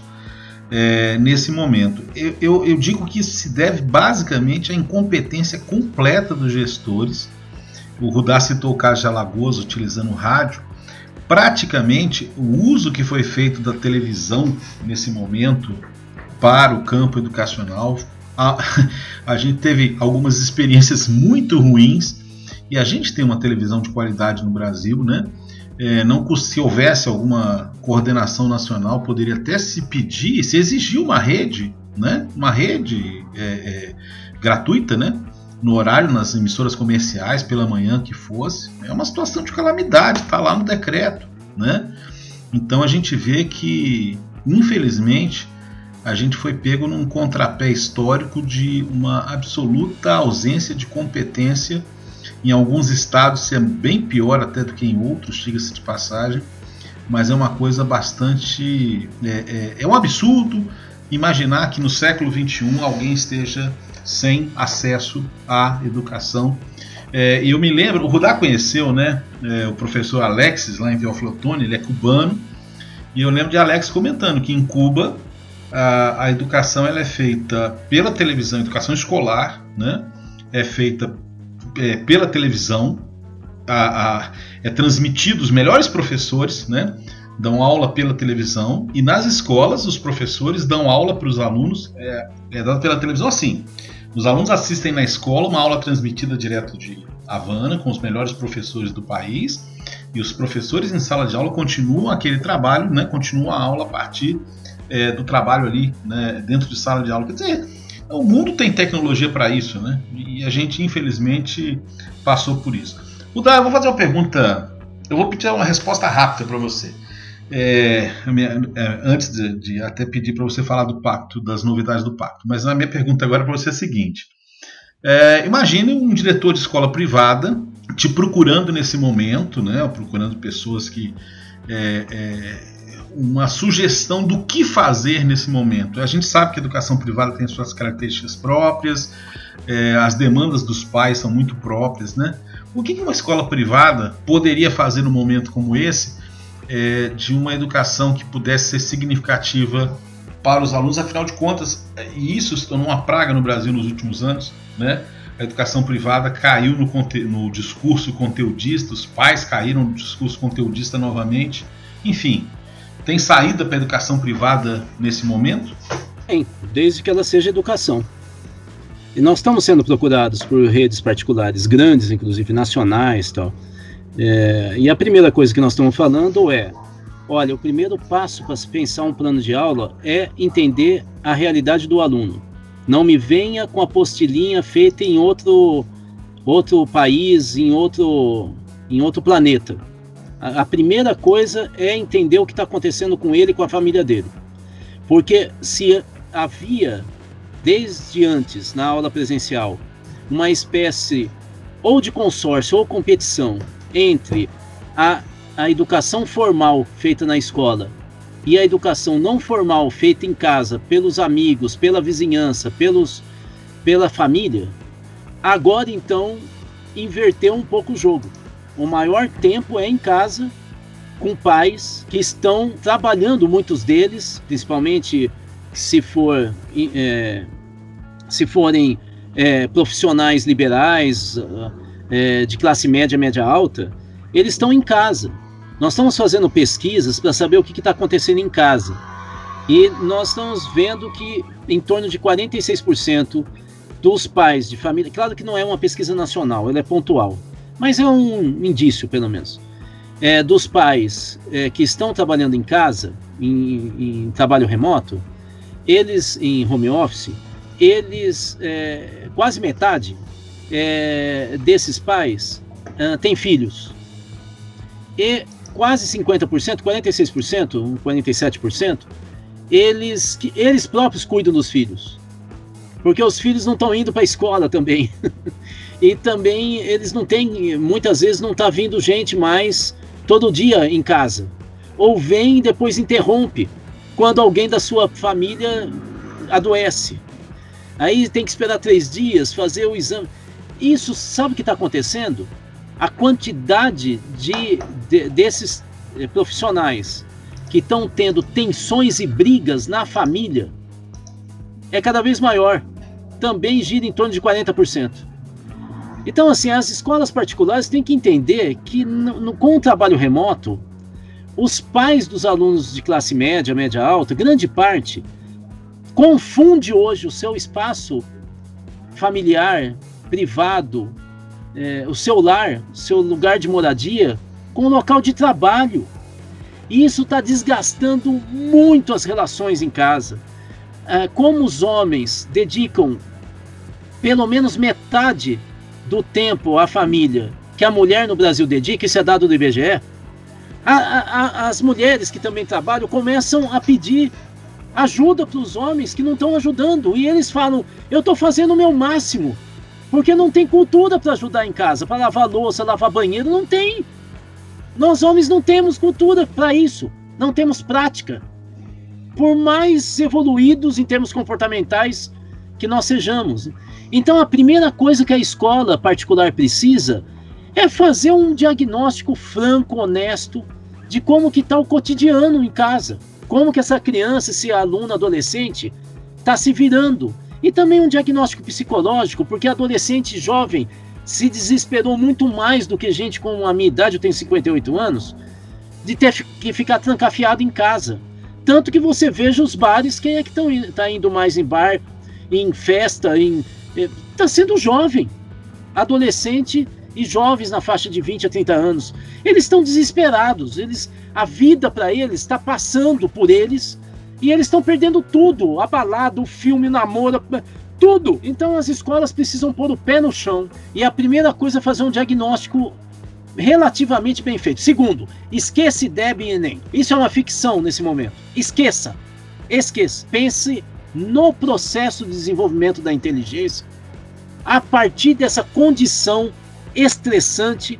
B: é, nesse momento. Eu, eu, eu digo que isso se deve basicamente à incompetência completa dos gestores. O Rudá citou o caso de Alagoas utilizando o rádio. Praticamente, o uso que foi feito da televisão nesse momento para o campo educacional, a, a gente teve algumas experiências muito ruins, e a gente tem uma televisão de qualidade no Brasil, né? É, não, se houvesse alguma coordenação nacional, poderia até se pedir, se exigir uma rede, né? Uma rede é, é, gratuita, né? No horário, nas emissoras comerciais, pela manhã que fosse. É uma situação de calamidade, está lá no decreto, né? Então a gente vê que, infelizmente, a gente foi pego num contrapé histórico de uma absoluta ausência de competência. Em alguns estados isso é bem pior até do que em outros, diga-se de passagem, mas é uma coisa bastante... É, é, é um absurdo imaginar que no século vinte e um alguém esteja sem acesso à educação. É, eu me lembro, o Rudá conheceu, né, é, o professor Alexis lá em Teoflotone, ele é cubano, e eu lembro de Alex comentando que em Cuba a, a educação ela é feita pela televisão, educação escolar, né, é feita É, pela televisão, a, a, é transmitido, os melhores professores, né, dão aula pela televisão, e nas escolas os professores dão aula para os alunos, é, é dado pela televisão assim, os alunos assistem na escola uma aula transmitida direto de Havana, com os melhores professores do país, e os professores em sala de aula continuam aquele trabalho, né, continuam a aula a partir é, do trabalho ali, né, dentro de sala de aula. Quer dizer, o mundo tem tecnologia para isso, né? E a gente, infelizmente, passou por isso. Rudá, eu vou fazer uma pergunta, eu vou pedir uma resposta rápida para você. É, é, antes de, de até pedir para você falar do pacto, das novidades do pacto. Mas a minha pergunta agora para você é a seguinte. É, imagine um diretor de escola privada te procurando nesse momento, né? Procurando pessoas que... É, é, uma sugestão do que fazer nesse momento. A gente sabe que a educação privada tem suas características próprias, é, as demandas dos pais são muito próprias, né? O que uma escola privada poderia fazer num momento como esse, é, de uma educação que pudesse ser significativa para os alunos? Afinal de contas, e isso se tornou uma praga no Brasil nos últimos anos, né? A educação privada caiu no, conte- no discurso conteudista, os pais caíram no discurso conteudista novamente, enfim. Tem saída para a educação privada nesse momento?
C: Tem, desde que ela seja educação. E nós estamos sendo procurados por redes particulares grandes, inclusive nacionais e tal. É, e a primeira coisa que nós estamos falando é, olha, o primeiro passo para se pensar um plano de aula é entender a realidade do aluno. Não me venha com a apostilinha feita em outro, outro país, em outro, em outro planeta. A, a primeira coisa é entender o que está acontecendo com ele e com a família dele. Porque se havia, desde antes, na aula presencial, uma espécie ou de consórcio ou competição entre a, a educação formal feita na escola e a educação não formal feita em casa, pelos amigos, pela vizinhança, pelos, pela família, agora então inverteu um pouco o jogo. O maior tempo é em casa, com pais que estão trabalhando, muitos deles, principalmente se, for, é, se forem é, profissionais liberais, é, de classe média, média alta, eles estão em casa. Nós estamos fazendo pesquisas para saber o que está acontecendo em casa. E nós estamos vendo que em torno de quarenta e seis por cento dos pais de família, claro que não é uma pesquisa nacional, ela é pontual, mas é um indício, pelo menos, é, dos pais é, que estão trabalhando em casa, em, em trabalho remoto, eles em home office, eles, é, quase metade é, desses pais é, têm filhos. E quase cinquenta por cento, quarenta e seis por cento, quarenta e sete por cento, eles, eles próprios cuidam dos filhos. Porque os filhos não estão indo para a escola também. E também eles não têm, muitas vezes não está vindo gente mais todo dia em casa. Ou vem e depois interrompe, quando alguém da sua família adoece. Aí tem que esperar três dias, fazer o exame. Isso, sabe o que está acontecendo? A quantidade de, de, desses eh, profissionais que estão tendo tensões e brigas na família é cada vez maior. Também gira em torno de quarenta por cento. Então, assim, as escolas particulares têm que entender que no, no, com o trabalho remoto, os pais dos alunos de classe média, média alta, grande parte, confunde hoje o seu espaço familiar, privado, é, o seu lar, o seu lugar de moradia, com o local de trabalho. E isso está desgastando muito as relações em casa. É, como os homens dedicam pelo menos metade do tempo à família que a mulher no Brasil dedica, isso é dado do I B G E, a, a, as mulheres que também trabalham começam a pedir ajuda para os homens que não estão ajudando. E eles falam, eu estou fazendo o meu máximo, porque não tem cultura para ajudar em casa, para lavar louça, lavar banheiro, não tem. Nós homens não temos cultura para isso, não temos prática. Por mais evoluídos em termos comportamentais que nós sejamos. Então a primeira coisa que a escola particular precisa é fazer um diagnóstico franco, honesto, de como que está o cotidiano em casa. Como que essa criança, esse aluno, adolescente, está se virando. E também um diagnóstico psicológico, porque adolescente jovem se desesperou muito mais do que gente com a minha idade, eu tenho cinquenta e oito anos, de ter que ficar trancafiado em casa. Tanto que você veja os bares, quem é que está indo mais em bar, em festa, em... Está sendo jovem, adolescente e jovens na faixa de vinte a trinta anos. Eles estão desesperados, eles, a vida para eles está passando por eles e eles estão perdendo tudo, a balada, o filme, o namoro, tudo. Então as escolas precisam pôr o pé no chão e a primeira coisa é fazer um diagnóstico relativamente bem feito. Segundo, esqueça I D E B e Enem. Isso é uma ficção nesse momento. Esqueça, esqueça. Pense no processo de desenvolvimento da inteligência a partir dessa condição estressante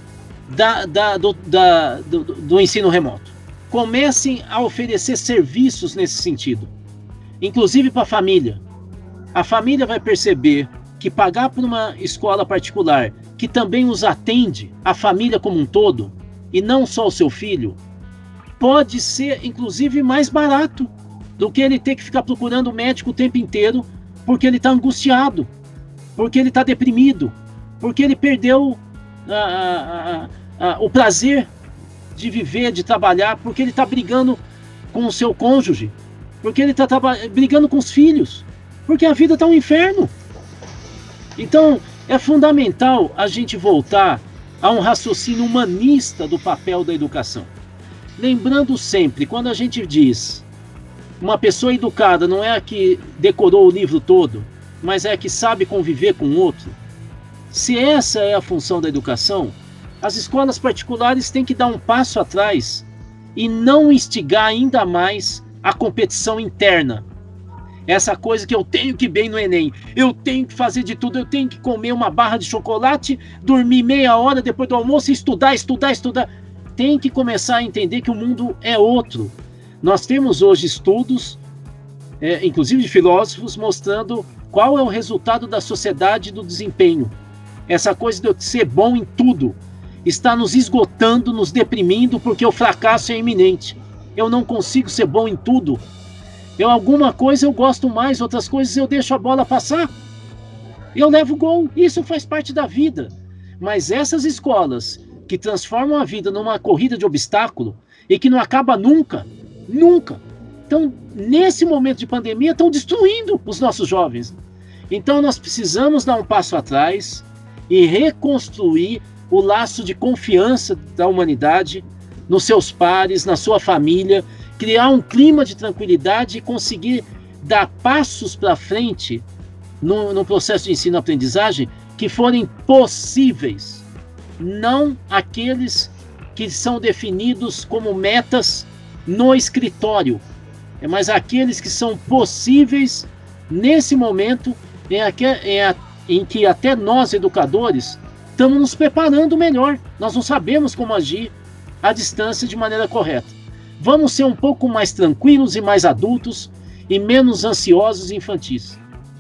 C: da, da, do, da, do, do ensino remoto. Comecem a oferecer serviços nesse sentido, inclusive para a família. A família vai perceber que pagar por uma escola particular que também os atende, a família como um todo, e não só o seu filho, pode ser inclusive mais barato do que ele ter que ficar procurando o médico o tempo inteiro porque ele está angustiado, porque ele está deprimido, porque ele perdeu a, a, a, a, o prazer de viver, de trabalhar, porque ele está brigando com o seu cônjuge, porque ele está brigando com os filhos, porque a vida está um inferno. Então é fundamental a gente voltar a um raciocínio humanista do papel da educação. Lembrando sempre, quando a gente diz uma pessoa educada não é a que decorou o livro todo, mas é a que sabe conviver com o outro, Se essa é a função da educação, as escolas particulares têm que dar um passo atrás e não instigar ainda mais a competição interna. Essa coisa que eu tenho que ir bem no Enem, eu tenho que fazer de tudo, eu tenho que comer uma barra de chocolate, dormir meia hora depois do almoço e estudar, estudar, estudar. Tem que começar a entender que o mundo é outro. Nós temos hoje estudos, é, inclusive de filósofos, mostrando qual é o resultado da sociedade do desempenho. Essa coisa de eu ser bom em tudo está nos esgotando, nos deprimindo, porque o fracasso é iminente. Eu não consigo ser bom em tudo. Eu, alguma coisa eu gosto mais, outras coisas eu deixo a bola passar. Eu levo gol, isso faz parte da vida. Mas essas escolas que transformam a vida numa corrida de obstáculo e que não acaba nunca, nunca. Então, nesse momento de pandemia, estão destruindo os nossos jovens. Então, nós precisamos dar um passo atrás e reconstruir o laço de confiança da humanidade nos seus pares, na sua família, criar um clima de tranquilidade e conseguir dar passos para frente no, no processo de ensino-aprendizagem que forem possíveis, não aqueles que são definidos como metas no escritório, mas aqueles que são possíveis nesse momento em, em, em que até nós, educadores, estamos nos preparando melhor. Nós não sabemos como agir à distância de maneira correta. Vamos ser um pouco mais tranquilos e mais adultos e menos ansiosos e infantis.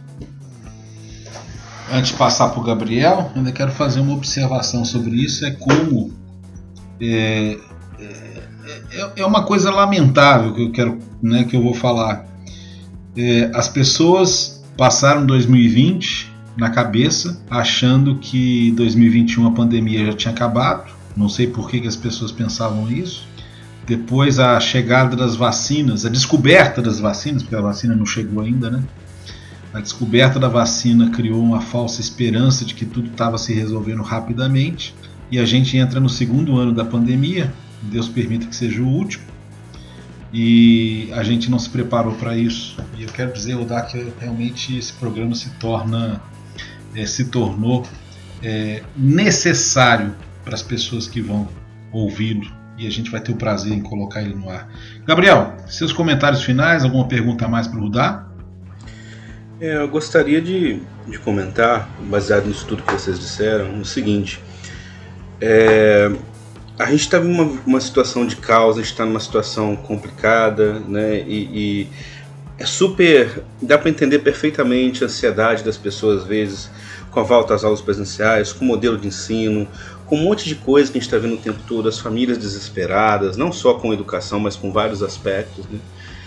B: Antes de passar para o Gabriel, ainda quero fazer uma observação sobre isso. É como é, é, é uma coisa lamentável que eu quero, né, que eu vou falar. É, as pessoas passaram dois mil e vinte na cabeça, achando que dois mil e vinte e um a pandemia já tinha acabado. Não sei por que, que as pessoas pensavam isso. Depois a chegada das vacinas, a descoberta das vacinas, porque a vacina não chegou ainda, né? A descoberta da vacina criou uma falsa esperança de que tudo estava se resolvendo rapidamente. E a gente entra no segundo ano da pandemia, Deus permita que seja o último, e a gente não se preparou para isso. E eu quero dizer, Odá, que realmente esse programa se torna, é, se tornou é, necessário para as pessoas que vão ouvi-lo. E a gente vai ter o prazer em colocar ele no ar. Gabriel, seus comentários finais, alguma pergunta a mais para o Rudá?
A: É, eu gostaria de, de comentar, baseado nisso tudo que vocês disseram, o seguinte. É, a gente está em uma, uma situação de caos, a gente está numa situação complicada, né? E, e é super... dá para entender perfeitamente a ansiedade das pessoas, às vezes, com a volta às aulas presenciais, com o modelo de ensino, com um monte de coisa que a gente está vendo o tempo todo, as famílias desesperadas, não só com educação, mas com vários aspectos, né?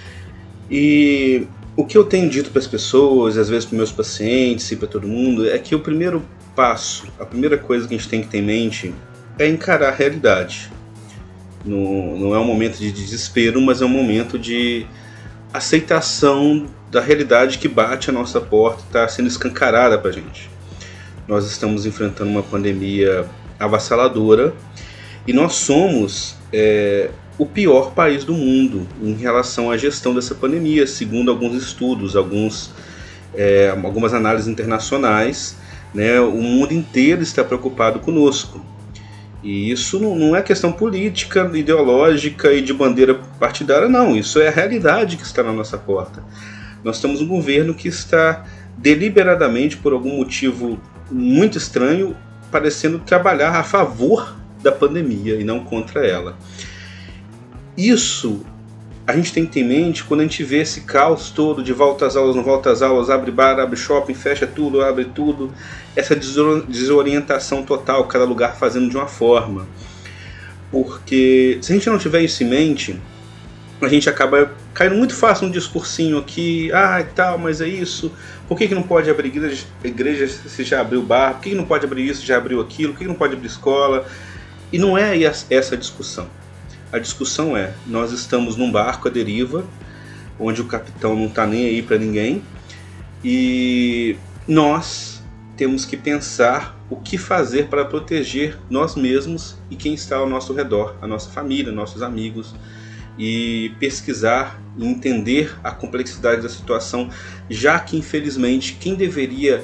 A: E o que eu tenho dito para as pessoas, às vezes para meus pacientes e para todo mundo, é que o primeiro passo, a primeira coisa que a gente tem que ter em mente é encarar a realidade. Não, não é um momento de desespero, mas é um momento de aceitação da realidade que bate à nossa porta, está sendo escancarada para a gente. Nós estamos enfrentando uma pandemia avassaladora e nós somos é, o pior país do mundo em relação à gestão dessa pandemia, segundo alguns estudos, alguns, é, algumas análises internacionais, né? O mundo inteiro está preocupado conosco. E isso não, não é questão política, ideológica e de bandeira partidária, não. Isso é a realidade que está na nossa porta. Nós temos um governo que está deliberadamente, por algum motivo muito estranho, parecendo trabalhar a favor da pandemia e não contra ela. Isso a gente tem que ter em mente quando a gente vê esse caos todo de volta às aulas, não volta às aulas, abre bar, abre shopping, fecha tudo, abre tudo, essa desorientação total, cada lugar fazendo de uma forma. Porque se a gente não tiver isso em mente, a gente acaba caindo muito fácil num discursinho aqui, ah, e tal, mas é isso, por que, que não pode abrir igreja, igreja se já abriu bar, por que, que não pode abrir isso se já abriu aquilo, por que, que não pode abrir escola? E não é essa a discussão. A discussão é, nós estamos num barco à deriva, onde o capitão não está nem aí para ninguém, e nós temos que pensar o que fazer para proteger nós mesmos e quem está ao nosso redor, a nossa família, nossos amigos, e pesquisar e entender a complexidade da situação, já que infelizmente quem deveria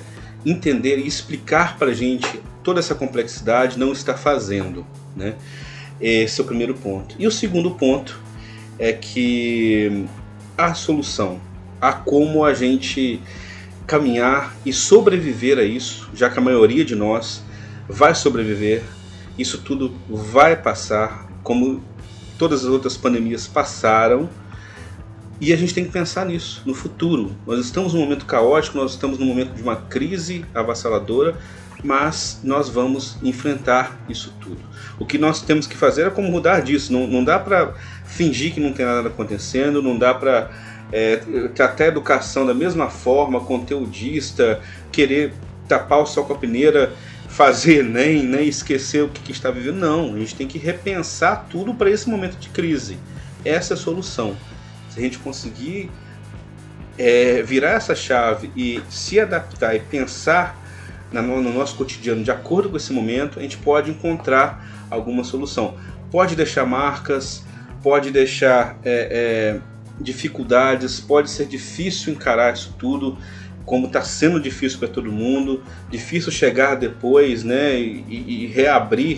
A: entender e explicar para a gente toda essa complexidade, não está fazendo, né? Esse é o primeiro ponto. E o segundo ponto é que há solução, há como a gente caminhar e sobreviver a isso, já que a maioria de nós vai sobreviver, isso tudo vai passar, como todas as outras pandemias passaram, e a gente tem que pensar nisso, no futuro. Nós estamos num momento caótico, nós estamos num momento de uma crise avassaladora, mas nós vamos enfrentar isso tudo. O que nós temos que fazer é como mudar disso. Não, não dá para fingir que não tem nada acontecendo, não dá para é, tratar a educação da mesma forma, conteudista, querer tapar o sol com a peneira, fazer Enem, né, esquecer o que, que está vivendo. Não, a gente tem que repensar tudo para esse momento de crise. Essa é a solução. Se a gente conseguir é, virar essa chave e se adaptar e pensar no nosso cotidiano de acordo com esse momento, a gente pode encontrar alguma solução. Pode deixar marcas, pode deixar é, é, dificuldades, pode ser difícil encarar isso tudo, como está sendo difícil para todo mundo, difícil chegar depois, né, e, e reabrir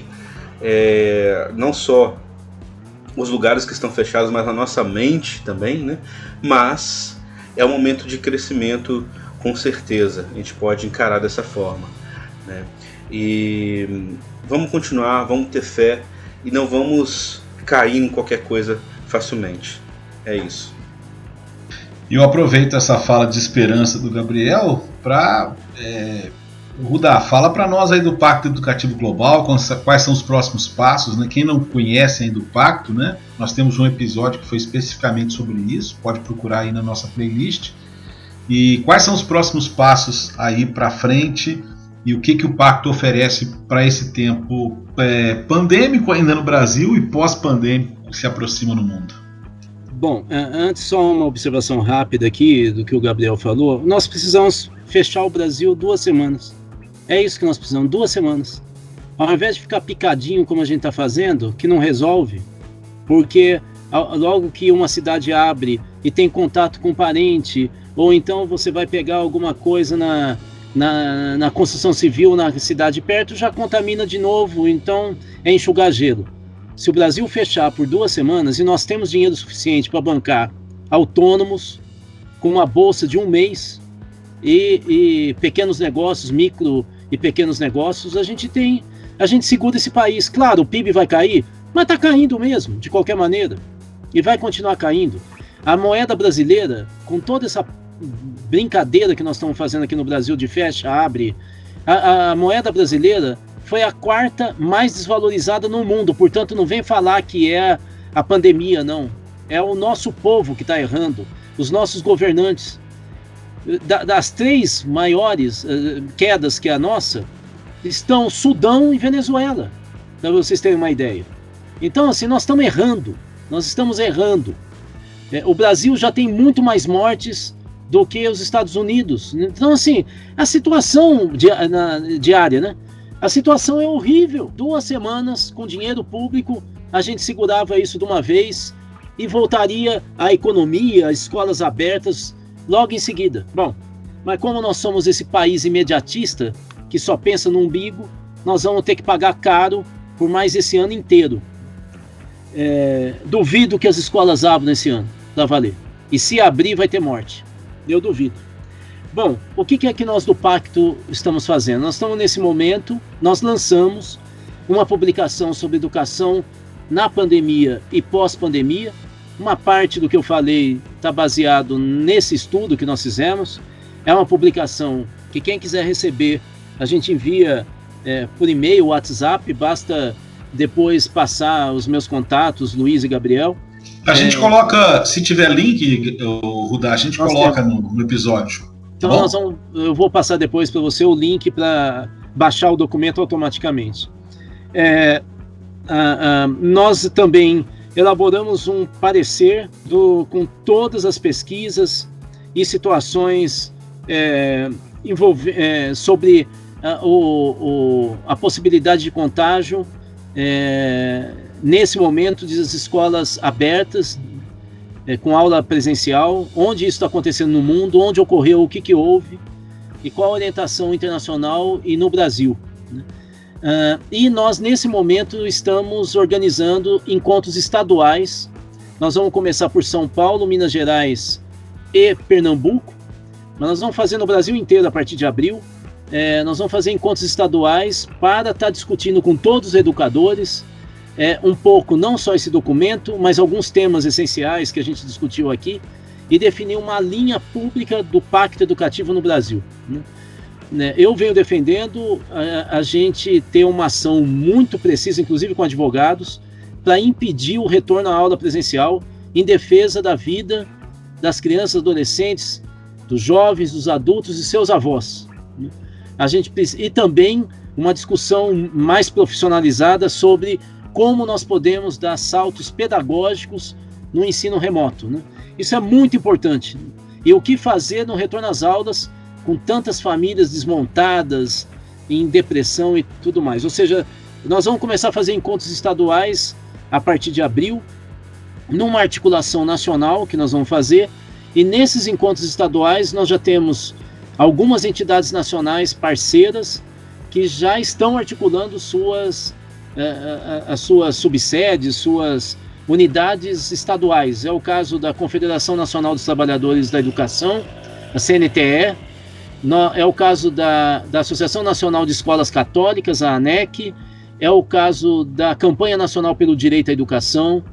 A: é, não só os lugares que estão fechados, mas a nossa mente também, né? Mas é um momento de crescimento, com certeza, a gente pode encarar dessa forma, né? E vamos continuar, vamos ter fé e não vamos cair em qualquer coisa facilmente. É isso.
B: E eu aproveito essa fala de esperança do Gabriel para... É, Rudá, fala para nós aí do Pacto Educativo Global, quais são os próximos passos, né? Quem não conhece ainda o Pacto, né? Nós temos um episódio que foi especificamente sobre isso, pode procurar aí na nossa playlist. E quais são os próximos passos aí para frente e o que, que o Pacto oferece para esse tempo é, pandêmico ainda no Brasil e pós-pandêmico que se aproxima no mundo?
C: Bom, antes só uma observação rápida aqui do que o Gabriel falou. Nós precisamos fechar o Brasil duas semanas. É isso que nós precisamos, duas semanas. Ao invés de ficar picadinho como a gente está fazendo, que não resolve, porque logo que uma cidade abre e tem contato com um parente, ou então você vai pegar alguma coisa na, na, na construção civil na cidade perto, já contamina de novo, então é enxugar gelo. Se o Brasil fechar por duas semanas e nós temos dinheiro suficiente para bancar autônomos com uma bolsa de um mês e, e pequenos negócios, micro e pequenos negócios, a gente tem, a gente segura esse país. Claro, o P I B vai cair, mas está caindo mesmo, de qualquer maneira, e vai continuar caindo. A moeda brasileira, com toda essa brincadeira que nós estamos fazendo aqui no Brasil de fecha, abre, a, a moeda brasileira foi a quarta mais desvalorizada no mundo, portanto não vem falar que é a pandemia, não. É o nosso povo que está errando, os nossos governantes. Da, das três maiores uh, quedas que é a nossa, estão Sudão e Venezuela, para vocês terem uma ideia. Então assim, nós estamos errando, nós estamos errando. É, o Brasil já tem muito mais mortes do que os Estados Unidos. Então assim, a situação di- na, diária, né? A situação é horrível. Duas semanas com dinheiro público, a gente segurava isso de uma vez e voltaria à economia, às escolas abertas logo em seguida. Bom, mas como nós somos esse país imediatista, que só pensa no umbigo, nós vamos ter que pagar caro por mais esse ano inteiro. É, duvido que as escolas abram esse ano, para valer. E se abrir, vai ter morte. Eu duvido. Bom, o que é que nós do Pacto estamos fazendo? Nós estamos nesse momento, nós lançamos uma publicação sobre educação na pandemia e pós-pandemia. Uma parte do que eu falei está baseado nesse estudo que nós fizemos. É uma publicação que quem quiser receber, a gente envia é, por e-mail, WhatsApp, basta depois passar os meus contatos, Luiz e Gabriel.
B: A é... gente coloca, se tiver link, Rudá, a gente nós coloca no, no episódio.
C: Então nós vamos, eu vou passar depois para você o link para baixar o documento automaticamente. É, a, a, nós também elaboramos um parecer do, com todas as pesquisas e situações é, envolve, é, sobre a, o, o, a possibilidade de contágio é, nesse momento das escolas abertas, É, com aula presencial, onde isso está acontecendo no mundo, onde ocorreu, o que, que houve. e qual a orientação internacional e no Brasil. Né? Uh, e nós, nesse momento, estamos organizando encontros estaduais. Nós vamos começar por São Paulo, Minas Gerais e Pernambuco, mas nós vamos fazer no Brasil inteiro a partir de abril. É, nós vamos fazer encontros estaduais para estar discutindo com todos os educadores é, um pouco, não só esse documento, mas alguns temas essenciais que a gente discutiu aqui, e definir uma linha pública do Pacto Educativo no Brasil. Né? Eu venho defendendo a, a gente ter uma ação muito precisa, inclusive com advogados, para impedir o retorno à aula presencial em defesa da vida das crianças, adolescentes, dos jovens, dos adultos e seus avós. Né? A gente, e também uma discussão mais profissionalizada sobre como nós podemos dar saltos pedagógicos no ensino remoto. Né? Isso é muito importante. E o que fazer no retorno às aulas com tantas famílias desmontadas, em depressão e tudo mais. Ou seja, nós vamos começar a fazer encontros estaduais a partir de abril, numa articulação nacional que nós vamos fazer, e nesses encontros estaduais nós já temos algumas entidades nacionais parceiras que já estão articulando suas, uh, as suas subsedes, suas unidades estaduais. É o caso da Confederação Nacional dos Trabalhadores da Educação, a C N T E, no, é o caso da, da Associação Nacional de Escolas Católicas, a ANEC, é o caso da Campanha Nacional pelo Direito à Educação,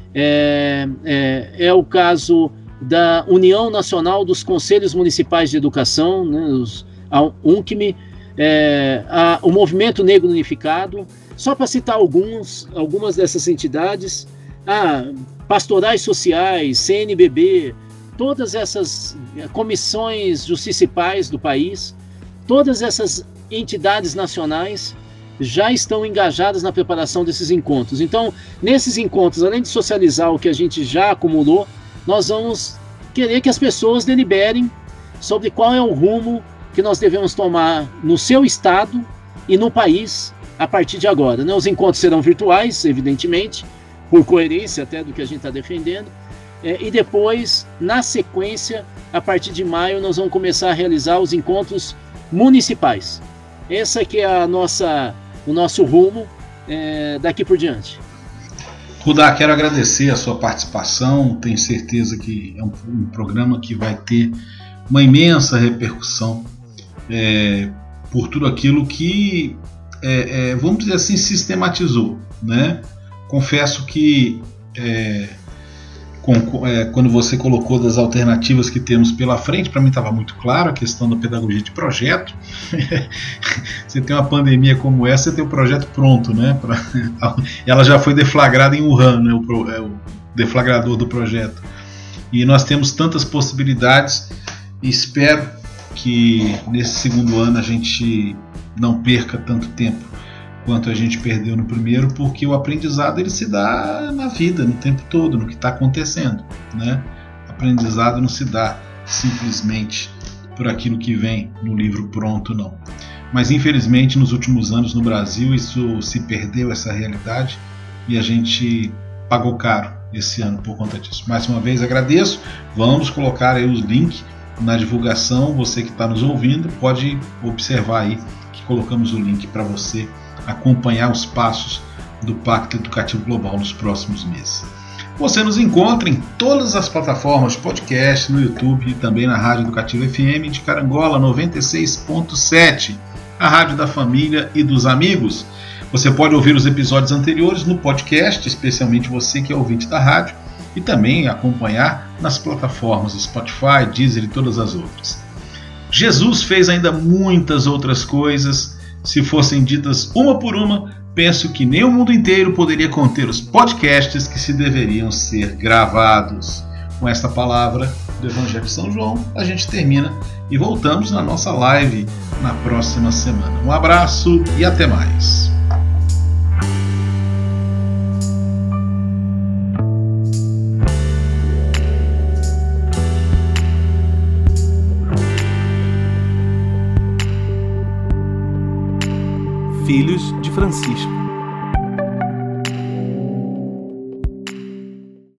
C: é, é, é o caso da União Nacional dos Conselhos Municipais de Educação, né, os, a U N C M, é, a, o Movimento Negro Unificado, só para citar alguns, algumas dessas entidades, ah, pastorais sociais, C N B B, todas essas comissões justicipais do país, todas essas entidades nacionais já estão engajadas na preparação desses encontros. Então, nesses encontros, além de socializar o que a gente já acumulou, nós vamos querer que as pessoas deliberem sobre qual é o rumo que nós devemos tomar no seu estado e no país a partir de agora. Né? Os encontros serão virtuais, evidentemente, por coerência até do que a gente está defendendo, é, e depois, na sequência, a partir de maio, nós vamos começar a realizar os encontros municipais. Esse aqui é a nossa, o nosso rumo é, daqui por diante.
B: Rudá, quero agradecer a sua participação, tenho certeza que é um, um programa que vai ter uma imensa repercussão é, por tudo aquilo que, é, é, vamos dizer assim, sistematizou, né? Confesso que é, com, é, quando você colocou das alternativas que temos pela frente, para mim estava muito claro a questão da pedagogia de projeto. Você tem uma pandemia como essa, você tem o projeto pronto, né? Pra, ela já foi deflagrada em Wuhan, né? o, é, o deflagrador do projeto. E nós temos tantas possibilidades e espero que nesse segundo ano a gente não perca tanto tempo quanto a gente perdeu no primeiro, porque o aprendizado ele se dá na vida, no tempo todo, no que está acontecendo, né? Aprendizado não se dá simplesmente por aquilo que vem no livro pronto, não. Mas infelizmente nos últimos anos no Brasil isso se perdeu, essa realidade, e a gente pagou caro esse ano por conta disso. Mais uma vez agradeço, vamos colocar aí os links na divulgação, você que está nos ouvindo pode observar aí que colocamos o link para você acompanhar os passos do Pacto Educativo Global nos próximos meses. Você nos encontra em todas as plataformas de podcast, no YouTube e também na Rádio Educativa F M de Carangola noventa e seis ponto sete, a rádio da família e dos amigos. Você pode ouvir os episódios anteriores no podcast, especialmente você que é ouvinte da rádio, e também acompanhar nas plataformas Spotify, Deezer e todas as outras. Jesus fez ainda muitas outras coisas. Se fossem ditas uma por uma, penso que nem o mundo inteiro poderia conter os podcasts que se deveriam ser gravados. Com esta palavra do Evangelho de São João, a gente termina e voltamos na nossa live na próxima semana. Um abraço e até mais.
D: Filhos de Francisco.